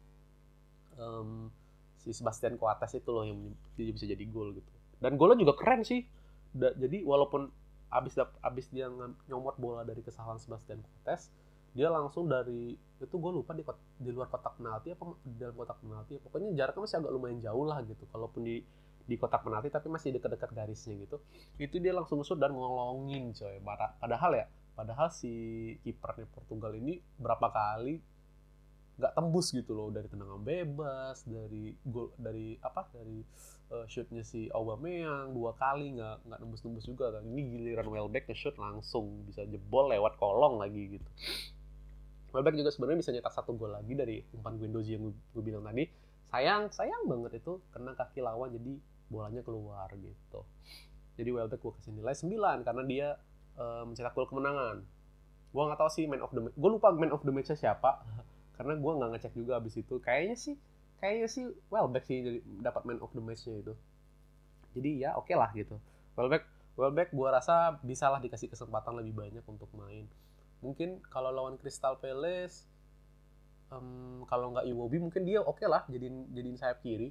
um, si Sebastian Coates itu loh yang dia bisa jadi gol gitu. Dan golnya juga keren sih. Da, jadi walaupun abis abis dia nyomot bola dari kesalahan Sebastian Coates, dia langsung dari itu gue lupa di, di luar kotak penalti apa di dalam kotak penalti, pokoknya jaraknya masih agak lumayan jauh lah gitu. Kalaupun di di kotak penalti tapi masih dekat-dekat garisnya gitu, itu dia langsung shoot dan ngolongin coy. Padahal ya, padahal si kipernya Portugal ini berapa kali nggak tembus gitu loh, dari tendangan bebas, dari gol, dari apa, dari uh, shootnya si Aubameyang dua kali nggak nggak tembus-tembus juga kan. Ini giliran Welbeck nge-shoot langsung bisa jebol lewat kolong lagi gitu. Welbeck juga sebenarnya bisa nyetak satu gol lagi dari umpan Guendouzi yang gue bilang tadi. Sayang, sayang banget itu kena kaki lawan jadi bolanya keluar gitu. Jadi Welbeck gue kasih nilai sembilan karena dia uh, mencetak gol kemenangan. Gue nggak tahu sih man of the match, gue lupa man of the match-nya siapa. Karena gue nggak ngecek juga abis itu. Kayaknya sih, kayaknya sih Welbeck sih jadi dapat man of the match-nya itu. Jadi ya oke okay lah gitu. Welbeck, Welbeck gue rasa bisalah dikasih kesempatan lebih banyak untuk main. Mungkin kalau lawan Crystal Palace, um, kalau nggak Iwobi mungkin dia oke okay lah jadiin jadiin sayap kiri.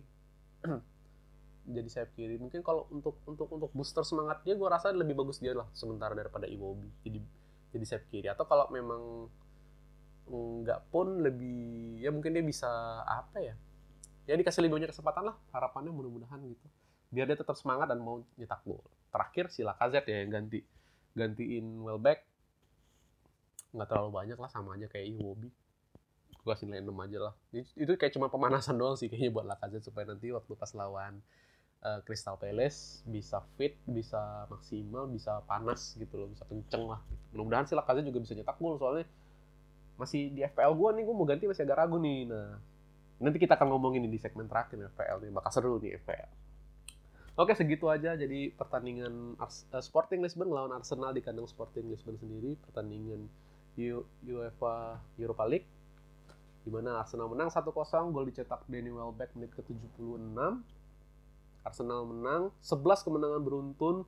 Jadi sayap kiri. Mungkin kalau untuk untuk untuk booster semangat dia, gue rasa lebih bagus dia lah sementara daripada Iwobi. Jadi jadi sayap kiri. Atau kalau memang nggak pun lebih, ya mungkin dia bisa apa ya, ya dikasih lebih banyak kesempatan lah, harapannya mudah-mudahan gitu, biar dia tetap semangat dan mau nyetak gol. Terakhir si Lacazette ya yang ganti gantiin Welbeck, nggak terlalu banyak lah, sama aja kayak Iwobi. Gue kasih nilai enam aja lah. Itu kayak cuma pemanasan doang sih kayaknya buat Lacazette, supaya nanti waktu pas lawan uh, Crystal Palace bisa fit, bisa maksimal, bisa panas gitu loh, bisa kenceng lah gitu. Mudah-mudahan si Lacazette juga bisa nyetak gol, soalnya masih di F P L gue nih, gue mau ganti masih agak ragu nih. Nah, nanti kita akan ngomongin di segmen terakhir F P L nih, bakal seru nih F P L. Oke, segitu aja jadi pertandingan Ars- uh, Sporting Lisbon melawan Arsenal di kandang Sporting Lisbon sendiri, pertandingan U- UEFA Europa League, di mana Arsenal menang satu kosong, gol dicetak Danny Welbeck menit ke tujuh puluh enam. Arsenal menang, sebelas kemenangan beruntun.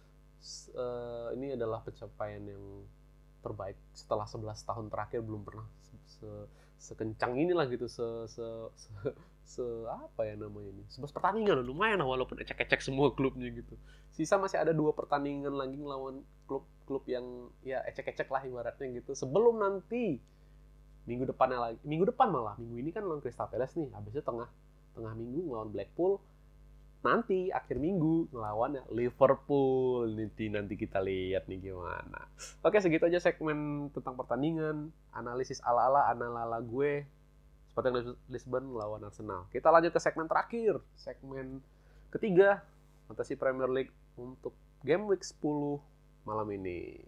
Uh, ini adalah pencapaian yang terbaik setelah sebelas tahun terakhir, belum pernah se sekencang inilah gitu, se se se, se apa ya namanya ini, sebelas pertandingan lumayan lah, walaupun ecek-ecek semua klubnya gitu. Sisa masih ada dua pertandingan lagi ngelawan klub-klub yang ya ecek-ecek lah ibaratnya gitu, sebelum nanti minggu depannya lagi, minggu depan malah minggu ini kan lawan Crystal Palace nih, habis itu tengah tengah minggu ngelawan Blackpool, nanti akhir minggu ngelawan Liverpool. Nanti nanti kita lihat nih gimana. Oke, segitu aja segmen tentang pertandingan, analisis ala-ala analala gue Sporting Lisbon lawan Arsenal. Kita lanjut ke segmen terakhir, segmen ketiga, Fantasy Premier League untuk game week sepuluh malam ini.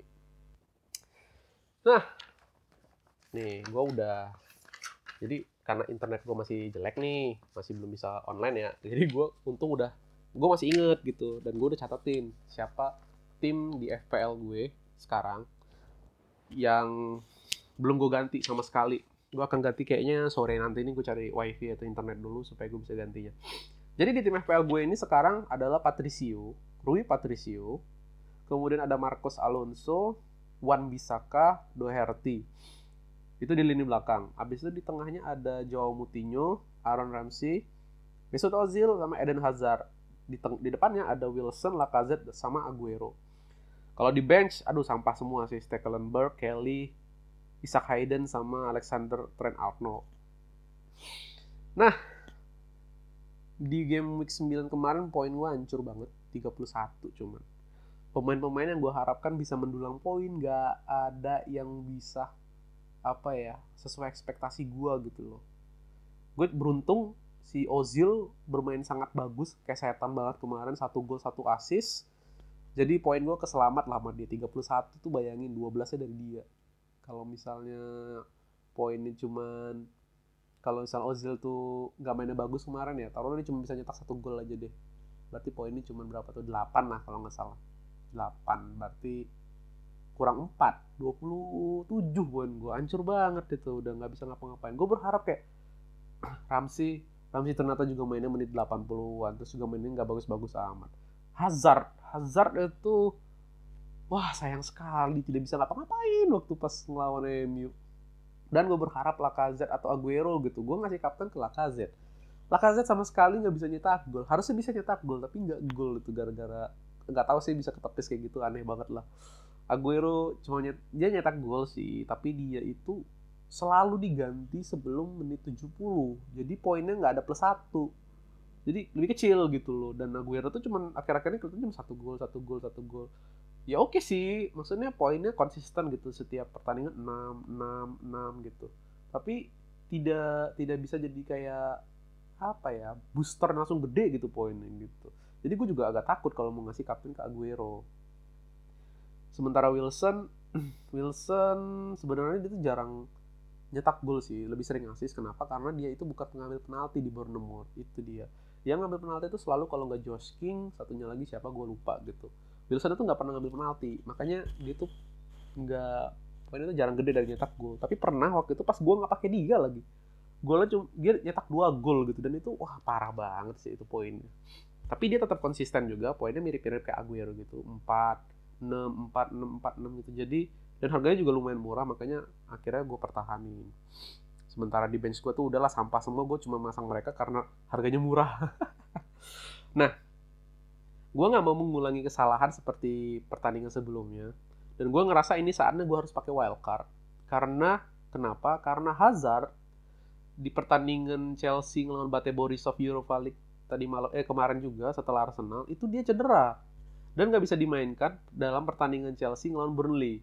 Nah, nih gue udah, jadi karena internet gue masih jelek nih, masih belum bisa online ya, jadi gue untung udah, gue masih inget gitu, dan gue udah catatin siapa tim di F P L gue sekarang yang belum gue ganti sama sekali. Gue akan ganti kayaknya sore nanti ini, gue cari wifi atau internet dulu supaya gue bisa gantinya. Jadi di tim F P L gue ini sekarang adalah Patricio, Rui Patricio, kemudian ada Marcos Alonso, Wan-Bissaka, Doherty. Itu di lini belakang. Abis itu di tengahnya ada Joao Moutinho, Aaron Ramsey, Mesut Ozil, sama Eden Hazard. Di, teng- di depannya ada Wilson, Lacazette, sama Aguero. Kalau di bench, aduh sampah semua sih. Stekelenburg, Kelly, Isaac Hayden, sama Alexander Trent-Arnold. Nah, di game week sembilan kemarin poin gue hancur banget, tiga puluh satu cuman. Pemain-pemain yang gue harapkan bisa mendulang poin, gak ada yang bisa apa ya, sesuai ekspektasi gue gitu loh. Gue beruntung si Ozil bermain sangat bagus, kayak setan banget kemarin, satu gol satu assist. Jadi poin gue keselamat lah sama dia, tiga puluh satu tuh bayangin, dua belasnya dari dia. Kalau misalnya poinnya cuman, kalau misalnya Ozil tuh gak mainnya bagus kemarin ya, taruhnya dia cuma bisa nyetak satu gol aja deh. Berarti poinnya cuma berapa tuh, delapan lah kalau gak salah. delapan, berarti kurang empat, dua puluh tujuh poin gue, hancur banget itu, udah nggak bisa ngapa-ngapain. Gue berharap kayak Ramsey, Ramsey ternyata juga mainnya menit delapan puluhan, terus juga mainnya nggak bagus-bagus amat. Hazard, Hazard itu wah sayang sekali tidak bisa ngapa-ngapain waktu pas ngelawan M U. Dan gue berharap Lacazette atau Aguero gitu. Gue ngasih kapten ke Lacazette. Lacazette sama sekali nggak bisa nyetak gol. Harusnya bisa nyetak gol, tapi nggak gol itu gara-gara nggak tahu sih bisa ketepis kayak gitu, aneh banget lah. Aguero cuma nyet, dia nyetak gol sih, tapi dia itu selalu diganti sebelum menit tujuh puluh. Jadi poinnya nggak ada plus satu. Jadi lebih kecil gitu loh. Dan Aguero tuh cuma akhir-akhir ini kelihatan cuma satu gol, satu gol, satu gol. Ya oke sih, maksudnya poinnya konsisten gitu setiap pertandingan enam, enam, enam gitu. Tapi tidak tidak bisa jadi kayak apa ya, booster langsung gede gitu poinnya gitu. Jadi gue juga agak takut kalau mau ngasih kapten ke Aguero. Sementara Wilson, Wilson sebenarnya dia tuh jarang nyetak gol sih, lebih sering assist. Kenapa? Karena dia itu bukan pengambil penalti di Bournemouth, itu dia. Yang ngambil penalti itu selalu kalau nggak Josh King, satunya lagi siapa gue lupa gitu. Wilson itu nggak pernah ngambil penalti, makanya dia tuh nggak, poinnya tuh jarang gede dari nyetak gol. Tapi pernah waktu itu pas gue nggak pakai dia lagi, golnya cuma dia nyetak dua gol gitu, dan itu wah parah banget sih itu poinnya. Tapi dia tetap konsisten juga, poinnya mirip-mirip kayak Aguero gitu, empat, enam, empat, enam, empat, enam gitu. Jadi dan harganya juga lumayan murah, makanya akhirnya gue pertahanin. Sementara di bench gue tuh udahlah sampah semua, gue cuma masang mereka karena harganya murah. Nah, gue nggak mau mengulangi kesalahan seperti pertandingan sebelumnya, dan gue ngerasa ini saatnya gue harus pakai wildcard. Karena kenapa? Karena Hazard di pertandingan Chelsea ngelawan Bate Borisov Europa League tadi malam eh kemarin juga setelah Arsenal itu dia cedera dan nggak bisa dimainkan dalam pertandingan Chelsea ngelawan Burnley.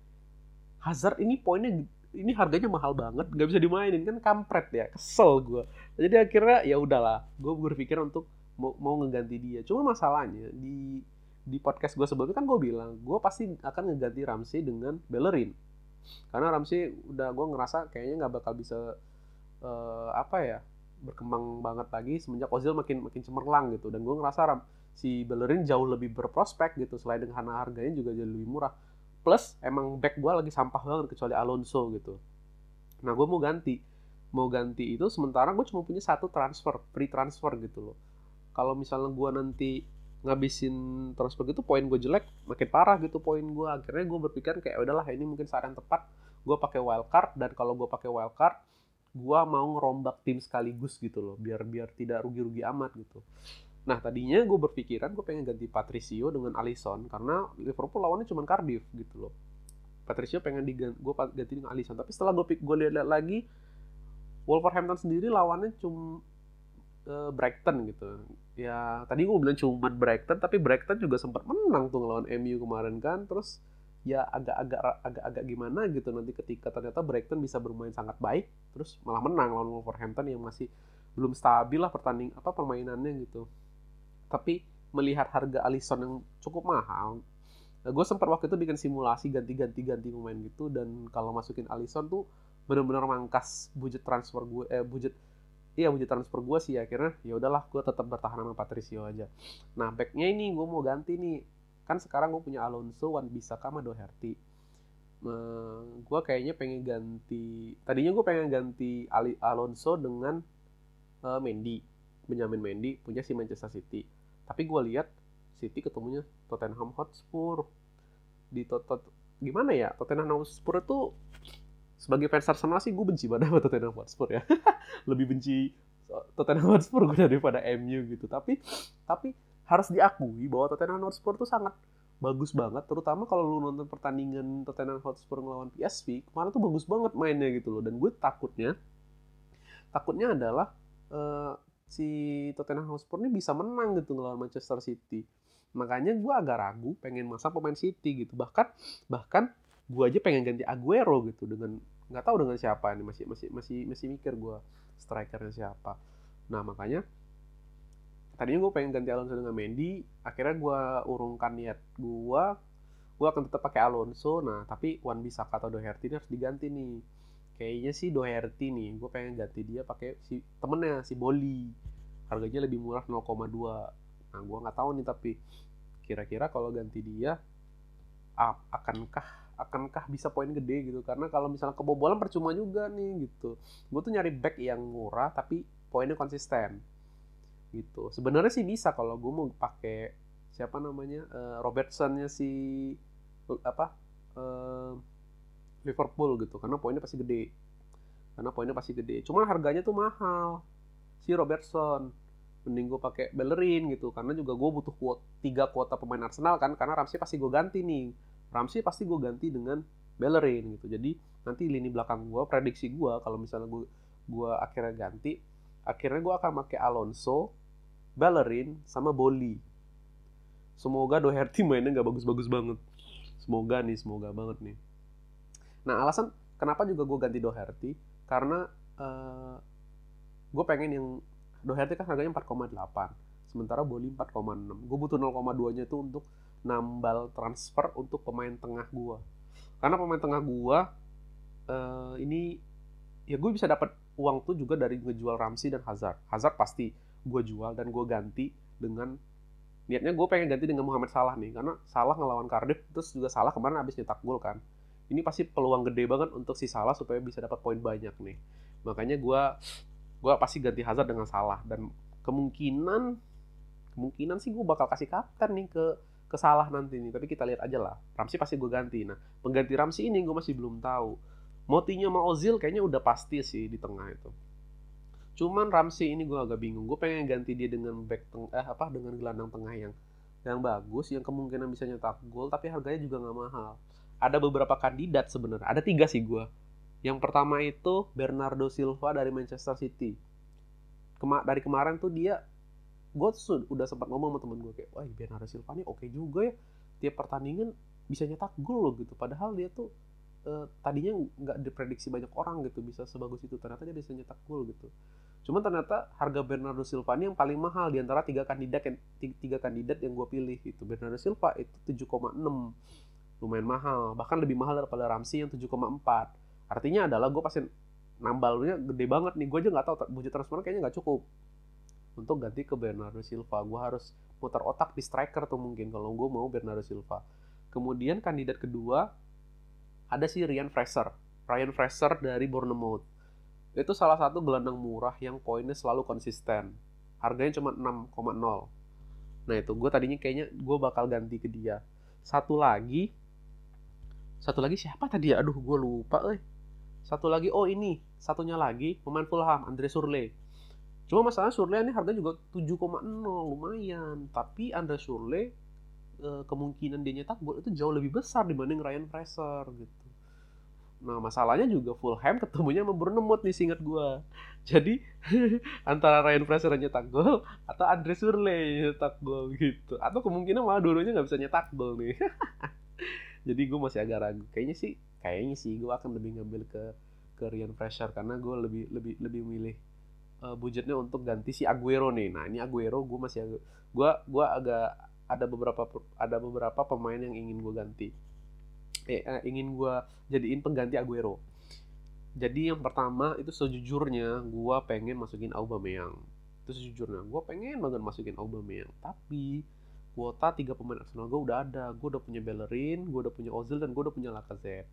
Hazard ini poinnya ini harganya mahal banget, nggak bisa dimainin kan, kampret ya, kesel gue. Jadi akhirnya ya udahlah, gue berpikir untuk mau, mau ngeganti dia. Cuma masalahnya di di podcast gue sebelumnya kan gue bilang gue pasti akan ngeganti Ramsey dengan Bellerin, karena Ramsey udah gue ngerasa kayaknya nggak bakal bisa uh, apa ya berkembang banget lagi semenjak Ozil makin makin cemerlang gitu. Dan gue ngerasa Ram, si Bellerin jauh lebih berprospek gitu, selain dengan harganya juga jauh lebih murah. Plus emang back gue lagi sampah banget kecuali Alonso gitu. Nah gue mau ganti, mau ganti itu sementara gue cuma punya satu transfer, free transfer gitu loh. Kalau misalnya gue nanti ngabisin transfer gitu, poin gue jelek, makin parah gitu poin gue. Akhirnya gue berpikir kayak udahlah ini mungkin saat yang tepat gue pakai wildcard. Dan kalau gue pakai wildcard, gue mau ngerombak tim sekaligus gitu loh, biar biar tidak rugi-rugi amat gitu. Nah tadinya gue berpikiran gue pengen ganti Patricio dengan Alisson karena Liverpool lawannya cuma Cardiff gitu loh. Patricio pengen diganti, gue ganti dengan Alisson. Tapi setelah gue gue lihat lagi, Wolverhampton sendiri lawannya cuma uh, Brighton gitu. Ya tadi gue bilang cuma Brighton, tapi Brighton juga sempat menang tuh ngelawan M U kemarin kan. Terus ya agak-agak agak-agak gimana gitu nanti ketika ternyata Brighton bisa bermain sangat baik, terus malah menang lawan Wolverhampton yang masih belum stabil lah pertanding apa permainannya gitu. Tapi melihat harga Alisson yang cukup mahal, gue sempat waktu itu bikin simulasi ganti-ganti-ganti pemain gitu, dan kalau masukin Alisson tuh benar-benar mangkas budget transfer gue, eh budget, iya budget transfer gue sih. Akhirnya ya udahlah gue tetap bertahan sama Patricio aja. Nah backnya ini gue mau ganti nih, kan sekarang gue punya Alonso, Wan-Bissaka sama Doherty. Nah, gue kayaknya pengen ganti, tadinya gue pengen ganti Ali, Alonso dengan uh, Mendy, Benjamin Mendy punya si Manchester City. Tapi gue lihat City ketemunya Tottenham Hotspur. Di Tot gimana ya? Tottenham Hotspur itu sebagai fans Arsenal sih gue benci banget sama Tottenham Hotspur ya. Lebih benci Tottenham Hotspur gue daripada M U gitu. Tapi tapi harus diakui bahwa Tottenham Hotspur tuh sangat bagus banget, terutama kalau lu nonton pertandingan Tottenham Hotspur ngelawan P S V kemarin tuh bagus banget mainnya gitu loh. Dan gue takutnya takutnya adalah uh, si Tottenham Hotspur ini bisa menang gitu ngelawan Manchester City. Makanya gue agak ragu pengen masang pemain City gitu. Bahkan bahkan gue aja pengen ganti Aguero gitu dengan nggak tahu dengan siapa ini, masih masih masih masih mikir gue strikernya siapa. Nah makanya tadinya gue pengen ganti Alonso dengan Mendy. Akhirnya gue urungkan niat gue, gue akan tetap pakai Alonso. Nah tapi Wan-Bissaka atau Doherty ini harus diganti nih. Kayaknya sih Doherty nih, gue pengen ganti dia pakai si temennya, si Boli. Harganya lebih murah nol koma dua. Nah, gue nggak tahu nih, tapi kira-kira kalau ganti dia, ah, akankah akankah bisa poin gede gitu? Karena kalau misalnya kebobolan percuma juga nih gitu. Gue tuh nyari back yang murah tapi poinnya konsisten gitu. Sebenarnya sih bisa kalau gue mau pakai siapa namanya uh, Robertson-nya si apa uh, Liverpool gitu, karena poinnya pasti gede. Karena poinnya pasti gede. Cuman harganya tuh mahal. Si Robertson. Mending gue pakai Bellerin gitu. Karena juga gue butuh kuota, tiga kuota pemain Arsenal kan. Karena Ramsey pasti gue ganti nih. Ramsey pasti gue ganti dengan Bellerin gitu. Jadi nanti lini belakang gue, prediksi gue kalau misalnya gue gue akhirnya ganti, akhirnya gue akan pakai Alonso, Bellerin, sama Boli. Semoga Doherty mainnya nggak bagus-bagus banget. Semoga nih, semoga banget nih. Nah, alasan kenapa juga gue ganti Doherty, karena uh, gue pengen yang Doherty kan harganya empat koma delapan, sementara Boli empat koma enam. Gue butuh nol koma dua nya itu untuk nambal transfer untuk pemain tengah gue. Karena pemain tengah gue uh, ini ya gue bisa dapat uang tuh juga dari ngejual Ramsey dan Hazard. Hazard pasti gue jual dan gue ganti dengan niatnya gue pengen ganti dengan Mohamed Salah nih, karena Salah ngelawan Cardiff, terus juga Salah kemarin abis nyetak gol kan. Ini pasti peluang gede banget untuk si Salah supaya bisa dapat poin banyak nih. Makanya gue gue pasti ganti Hazard dengan Salah, dan kemungkinan kemungkinan sih gue bakal kasih kapten nih ke ke Salah nanti nih. Tapi kita lihat aja lah. Ramsey pasti gue ganti. Nah, pengganti Ramsey ini gue masih belum tahu. Moutinho sama Ozil kayaknya udah pasti sih di tengah itu. Cuman Ramsey ini gue agak bingung. Gue pengen ganti dia dengan back teng eh apa dengan gelandang tengah yang yang bagus, yang kemungkinan bisa nyetak gol, tapi harganya juga nggak mahal. Ada beberapa kandidat sebenarnya. Ada tiga sih gue. Yang pertama itu Bernardo Silva dari Manchester City. Kema- dari kemarin tuh dia, gue tuh udah sempat ngomong sama temen gue kayak, wah Bernardo Silva nih oke juga ya. Tiap pertandingan bisa nyetak gol loh gitu. Padahal dia tuh eh, tadinya nggak diprediksi banyak orang gitu bisa sebagus itu. Ternyata dia bisa nyetak gol gitu. Cuman ternyata harga Bernardo Silva ini yang paling mahal di antara tiga kandidat yang tiga kandidat yang gue pilih itu. Bernardo Silva itu tujuh koma enam. Lumayan mahal, bahkan lebih mahal daripada Ramsey yang tujuh koma empat. Artinya adalah gue pasti nambalnya gede banget nih. Gue aja nggak tahu budget transfer kayaknya nggak cukup untuk ganti ke Bernardo Silva. Gue harus putar otak di striker tuh mungkin kalau gue mau Bernardo Silva. Kemudian kandidat kedua ada si Ryan Fraser. Ryan Fraser dari Bournemouth. Itu salah satu gelandang murah yang poinnya selalu konsisten. Harganya cuma enam koma nol. Nah itu gue tadinya kayaknya gue bakal ganti ke dia. Satu lagi Satu lagi siapa tadi ya? Aduh, gue lupa eh. Satu lagi, oh ini. Satunya lagi, pemain Fulham, Andre Schürrle. Cuma masalahnya Schürrle ini harganya juga tujuh koma nol, lumayan. Tapi Andre Schürrle, eh, kemungkinan dia nyetak gol itu jauh lebih besar dibanding Ryan Fraser gitu. Nah, masalahnya juga Fulham ketemunya sama Bournemouth nih, seingat gue. Jadi, antara Ryan Fraser yang nyetak gol, atau Andre Schürrle yang nyetak gol gitu. Atau kemungkinan malah dua-duanya gak bisa nyetak gol nih. Jadi gue masih agak ragu. Kayaknya sih, kayaknya sih gue akan lebih ngambil ke ke Ryan Fraser karena gue lebih lebih lebih milih uh, budgetnya untuk ganti si Aguero nih. Nah ini Aguero gue masih agak gue gue agak ada beberapa ada beberapa pemain yang ingin gue ganti. Eh, eh ingin gue jadiin pengganti Aguero. Jadi yang pertama itu sejujurnya gue pengen masukin Aubameyang. Itu sejujurnya gue pengen banget masukin Aubameyang. Tapi kuota tiga pemain Arsenal gue udah ada. Gue udah punya Bellerin, gue udah punya Ozil, dan gue udah punya Lacazette.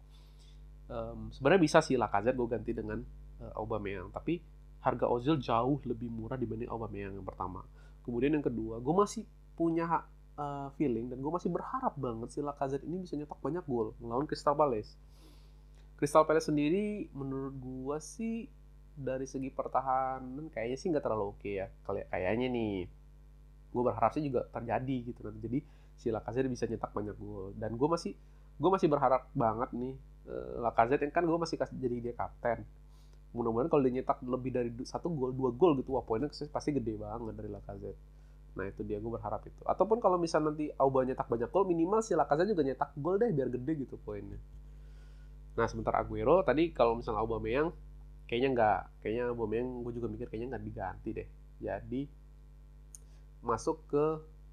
Um, sebenarnya bisa sih Lacazette gue ganti dengan uh, Aubameyang, tapi harga Ozil jauh lebih murah dibanding Aubameyang yang pertama. Kemudian yang kedua, gue masih punya uh, feeling dan gue masih berharap banget si Lacazette ini bisa nyetak banyak gol melawan Crystal Palace. Crystal Palace sendiri menurut gue sih dari segi pertahanan kayaknya sih nggak terlalu oke ya. Kayaknya nih gue berharap sih juga terjadi gitu nanti. Jadi si Lacazette bisa nyetak banyak gol, dan gue masih gue masih berharap banget nih uh, Lacazette yang kan gue masih kasih jadi dia kapten. Mudah-mudahan kalau dia nyetak lebih dari satu gol, dua gol gitu, wah poinnya pasti gede banget dari Lacazette. Nah itu dia, gue berharap itu. Ataupun kalau misalnya nanti Auba nyetak banyak gol, minimal si Lacazette juga nyetak gol deh biar gede gitu poinnya. Nah sementara Aguero tadi kalau misalnya Aubameyang kayaknya nggak, kayaknya Aubameyang gue juga mikir kayaknya nggak diganti deh. Jadi masuk ke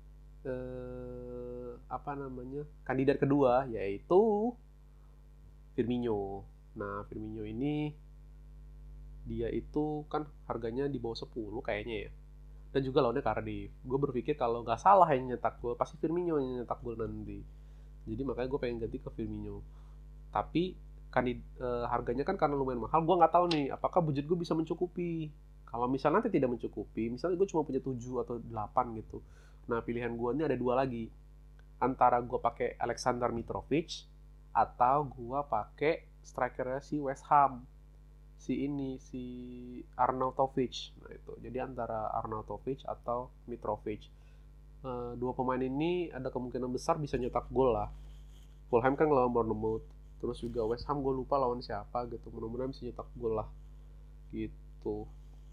eh, apa namanya kandidat kedua yaitu Firmino. Nah Firmino ini dia itu kan harganya di bawah sepuluh kayaknya ya, dan juga lawannya Cardiff. Gue berpikir kalau nggak salah yang nyetak gol pasti Firmino yang nyetak gol nanti. Jadi makanya gue pengen ganti ke Firmino. Tapi kandid, eh, harganya kan karena lumayan mahal, gue nggak tahu nih apakah budget gue bisa mencukupi. Kalau misalnya nanti tidak mencukupi, misalnya gue cuma punya tujuh atau delapan gitu, Nah, pilihan gue ini ada dua lagi. Antara gue pakai Alexander Mitrovic atau gue pakai strikernya si West Ham, si ini si Arnautovic. Nah itu, jadi antara Arnautovic atau Mitrovic. Uh, dua pemain ini ada kemungkinan besar bisa nyetak gol lah. Fulham kan lawan Bournemouth, terus juga West Ham gue lupa lawan siapa gitu. Mudah-mudahan bisa nyetak gol lah gitu.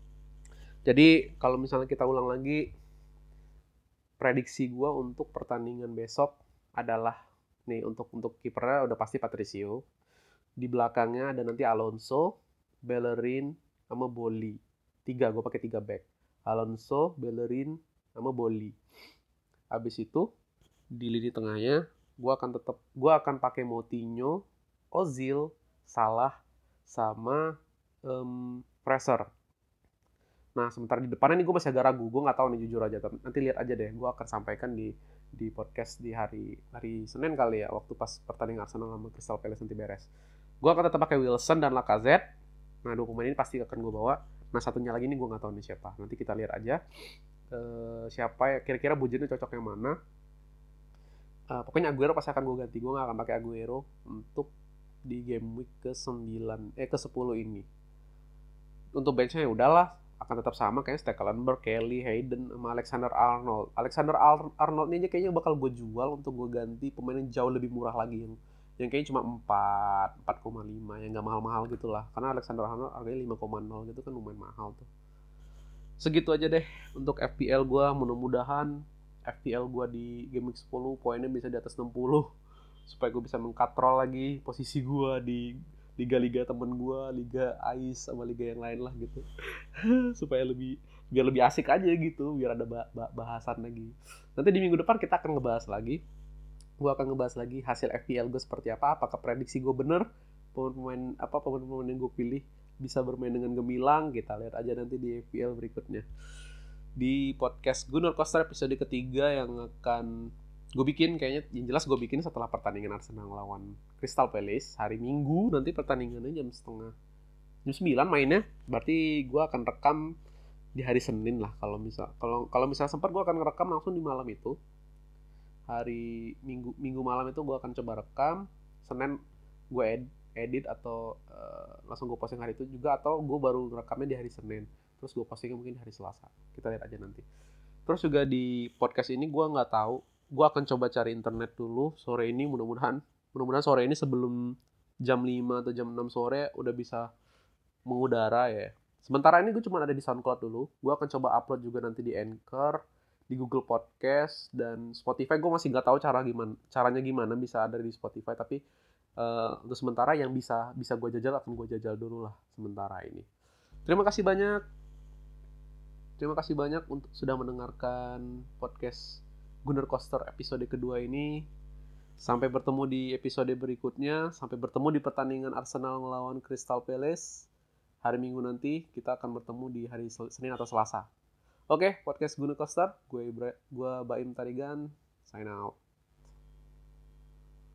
Jadi kalau misalnya kita ulang lagi, prediksi gue untuk pertandingan besok adalah nih, untuk untuk kipernya udah pasti Patricio. Di belakangnya ada nanti Alonso, Bellerin, sama Boli. Tiga, gue pakai tiga back. Alonso, Bellerin, sama Boli. Habis itu di lini tengahnya gue akan tetap gue akan pakai Moutinho, Ozil, Salah, sama um, Fraser. Nah, sementara di depannya nih gue masih agak ragu, gue nggak tahu nih jujur aja. Nanti lihat aja deh, gue akan sampaikan di di podcast di hari hari Senin kali ya, waktu pas pertandingan Arsenal sama Crystal Palace nanti beres. Gue akan tetap pakai Wilson dan Lacazette. Nah, dua pemain ini pasti akan gue bawa. Nah, satunya lagi nih gue nggak tahu nih siapa. Nanti kita lihat aja uh, siapa ya, kira-kira budgetnya cocok yang mana. Uh, pokoknya Aguero pasti akan gue ganti. Gue gak akan pakai Aguero untuk di game week ke sembilan eh ke sepuluh ini. Untuk benchnya ya udahlah, akan tetap sama kayak Stekelenburg, Kelly, Hayden, sama Alexander Arnold. Alexander Ar- Arnold ini aja kayaknya bakal gue jual untuk gue ganti pemain yang jauh lebih murah lagi, yang yang kayaknya cuma empat, empat koma lima, yang gak mahal-mahal gitu lah. Karena Alexander Arnold harganya lima koma nol gitu kan lumayan mahal tuh. Segitu aja deh untuk F P L gue. Mudah-mudahan F P L gue di game week sepuluh poinnya bisa di atas enam puluh supaya gue bisa mengkatrol lagi posisi gue di liga-liga temen gue, liga Ais sama liga yang lain lah gitu. Supaya lebih biar lebih asik aja gitu, biar ada bahasan lagi. Nanti di minggu depan kita akan ngebahas lagi. Gue akan ngebahas lagi hasil F P L gue seperti apa, apakah prediksi gue bener, pemain-pemain apa pemain-pemain yang gue pilih bisa bermain dengan gemilang. Kita lihat aja nanti di F P L berikutnya. Di podcast Gunnar Coaster episode ketiga yang akan gue bikin, kayaknya yang jelas gue bikin setelah pertandingan Arsenal lawan Crystal Palace hari Minggu. Nanti pertandingannya jam setengah jam sembilan mainnya, berarti gue akan rekam di hari Senin lah. Kalau misal kalau kalau misal sempat gue akan ngerekam langsung di malam itu. Hari Minggu Minggu malam itu gue akan coba rekam. Senin gue ed, edit atau uh, langsung gue posting hari itu juga, atau gue baru ngerekamnya di hari Senin terus gue postingnya mungkin hari Selasa. Kita lihat aja nanti. Terus juga di podcast ini gue nggak tahu, gue akan coba cari internet dulu sore ini. Mudah-mudahan mudah-mudahan sore ini sebelum jam lima atau jam enam sore udah bisa mengudara ya. Sementara ini gue cuma ada di SoundCloud dulu. Gue akan coba upload juga nanti di Anchor, di Google Podcast, dan Spotify. Gue masih nggak tahu cara gimana, caranya gimana bisa ada di Spotify. Tapi uh, untuk sementara yang bisa bisa gue jajal akan gue jajal dulu lah sementara ini. Terima kasih banyak. Terima kasih banyak untuk sudah mendengarkan podcast Gunnar Coaster episode kedua ini. Sampai bertemu di episode berikutnya. Sampai bertemu di pertandingan Arsenal melawan Crystal Palace hari Minggu nanti. Kita akan bertemu di hari Senin atau Selasa. Oke, podcast Gunnar Coaster. Gue Ibra- gue Baim Tarigan. Sign out.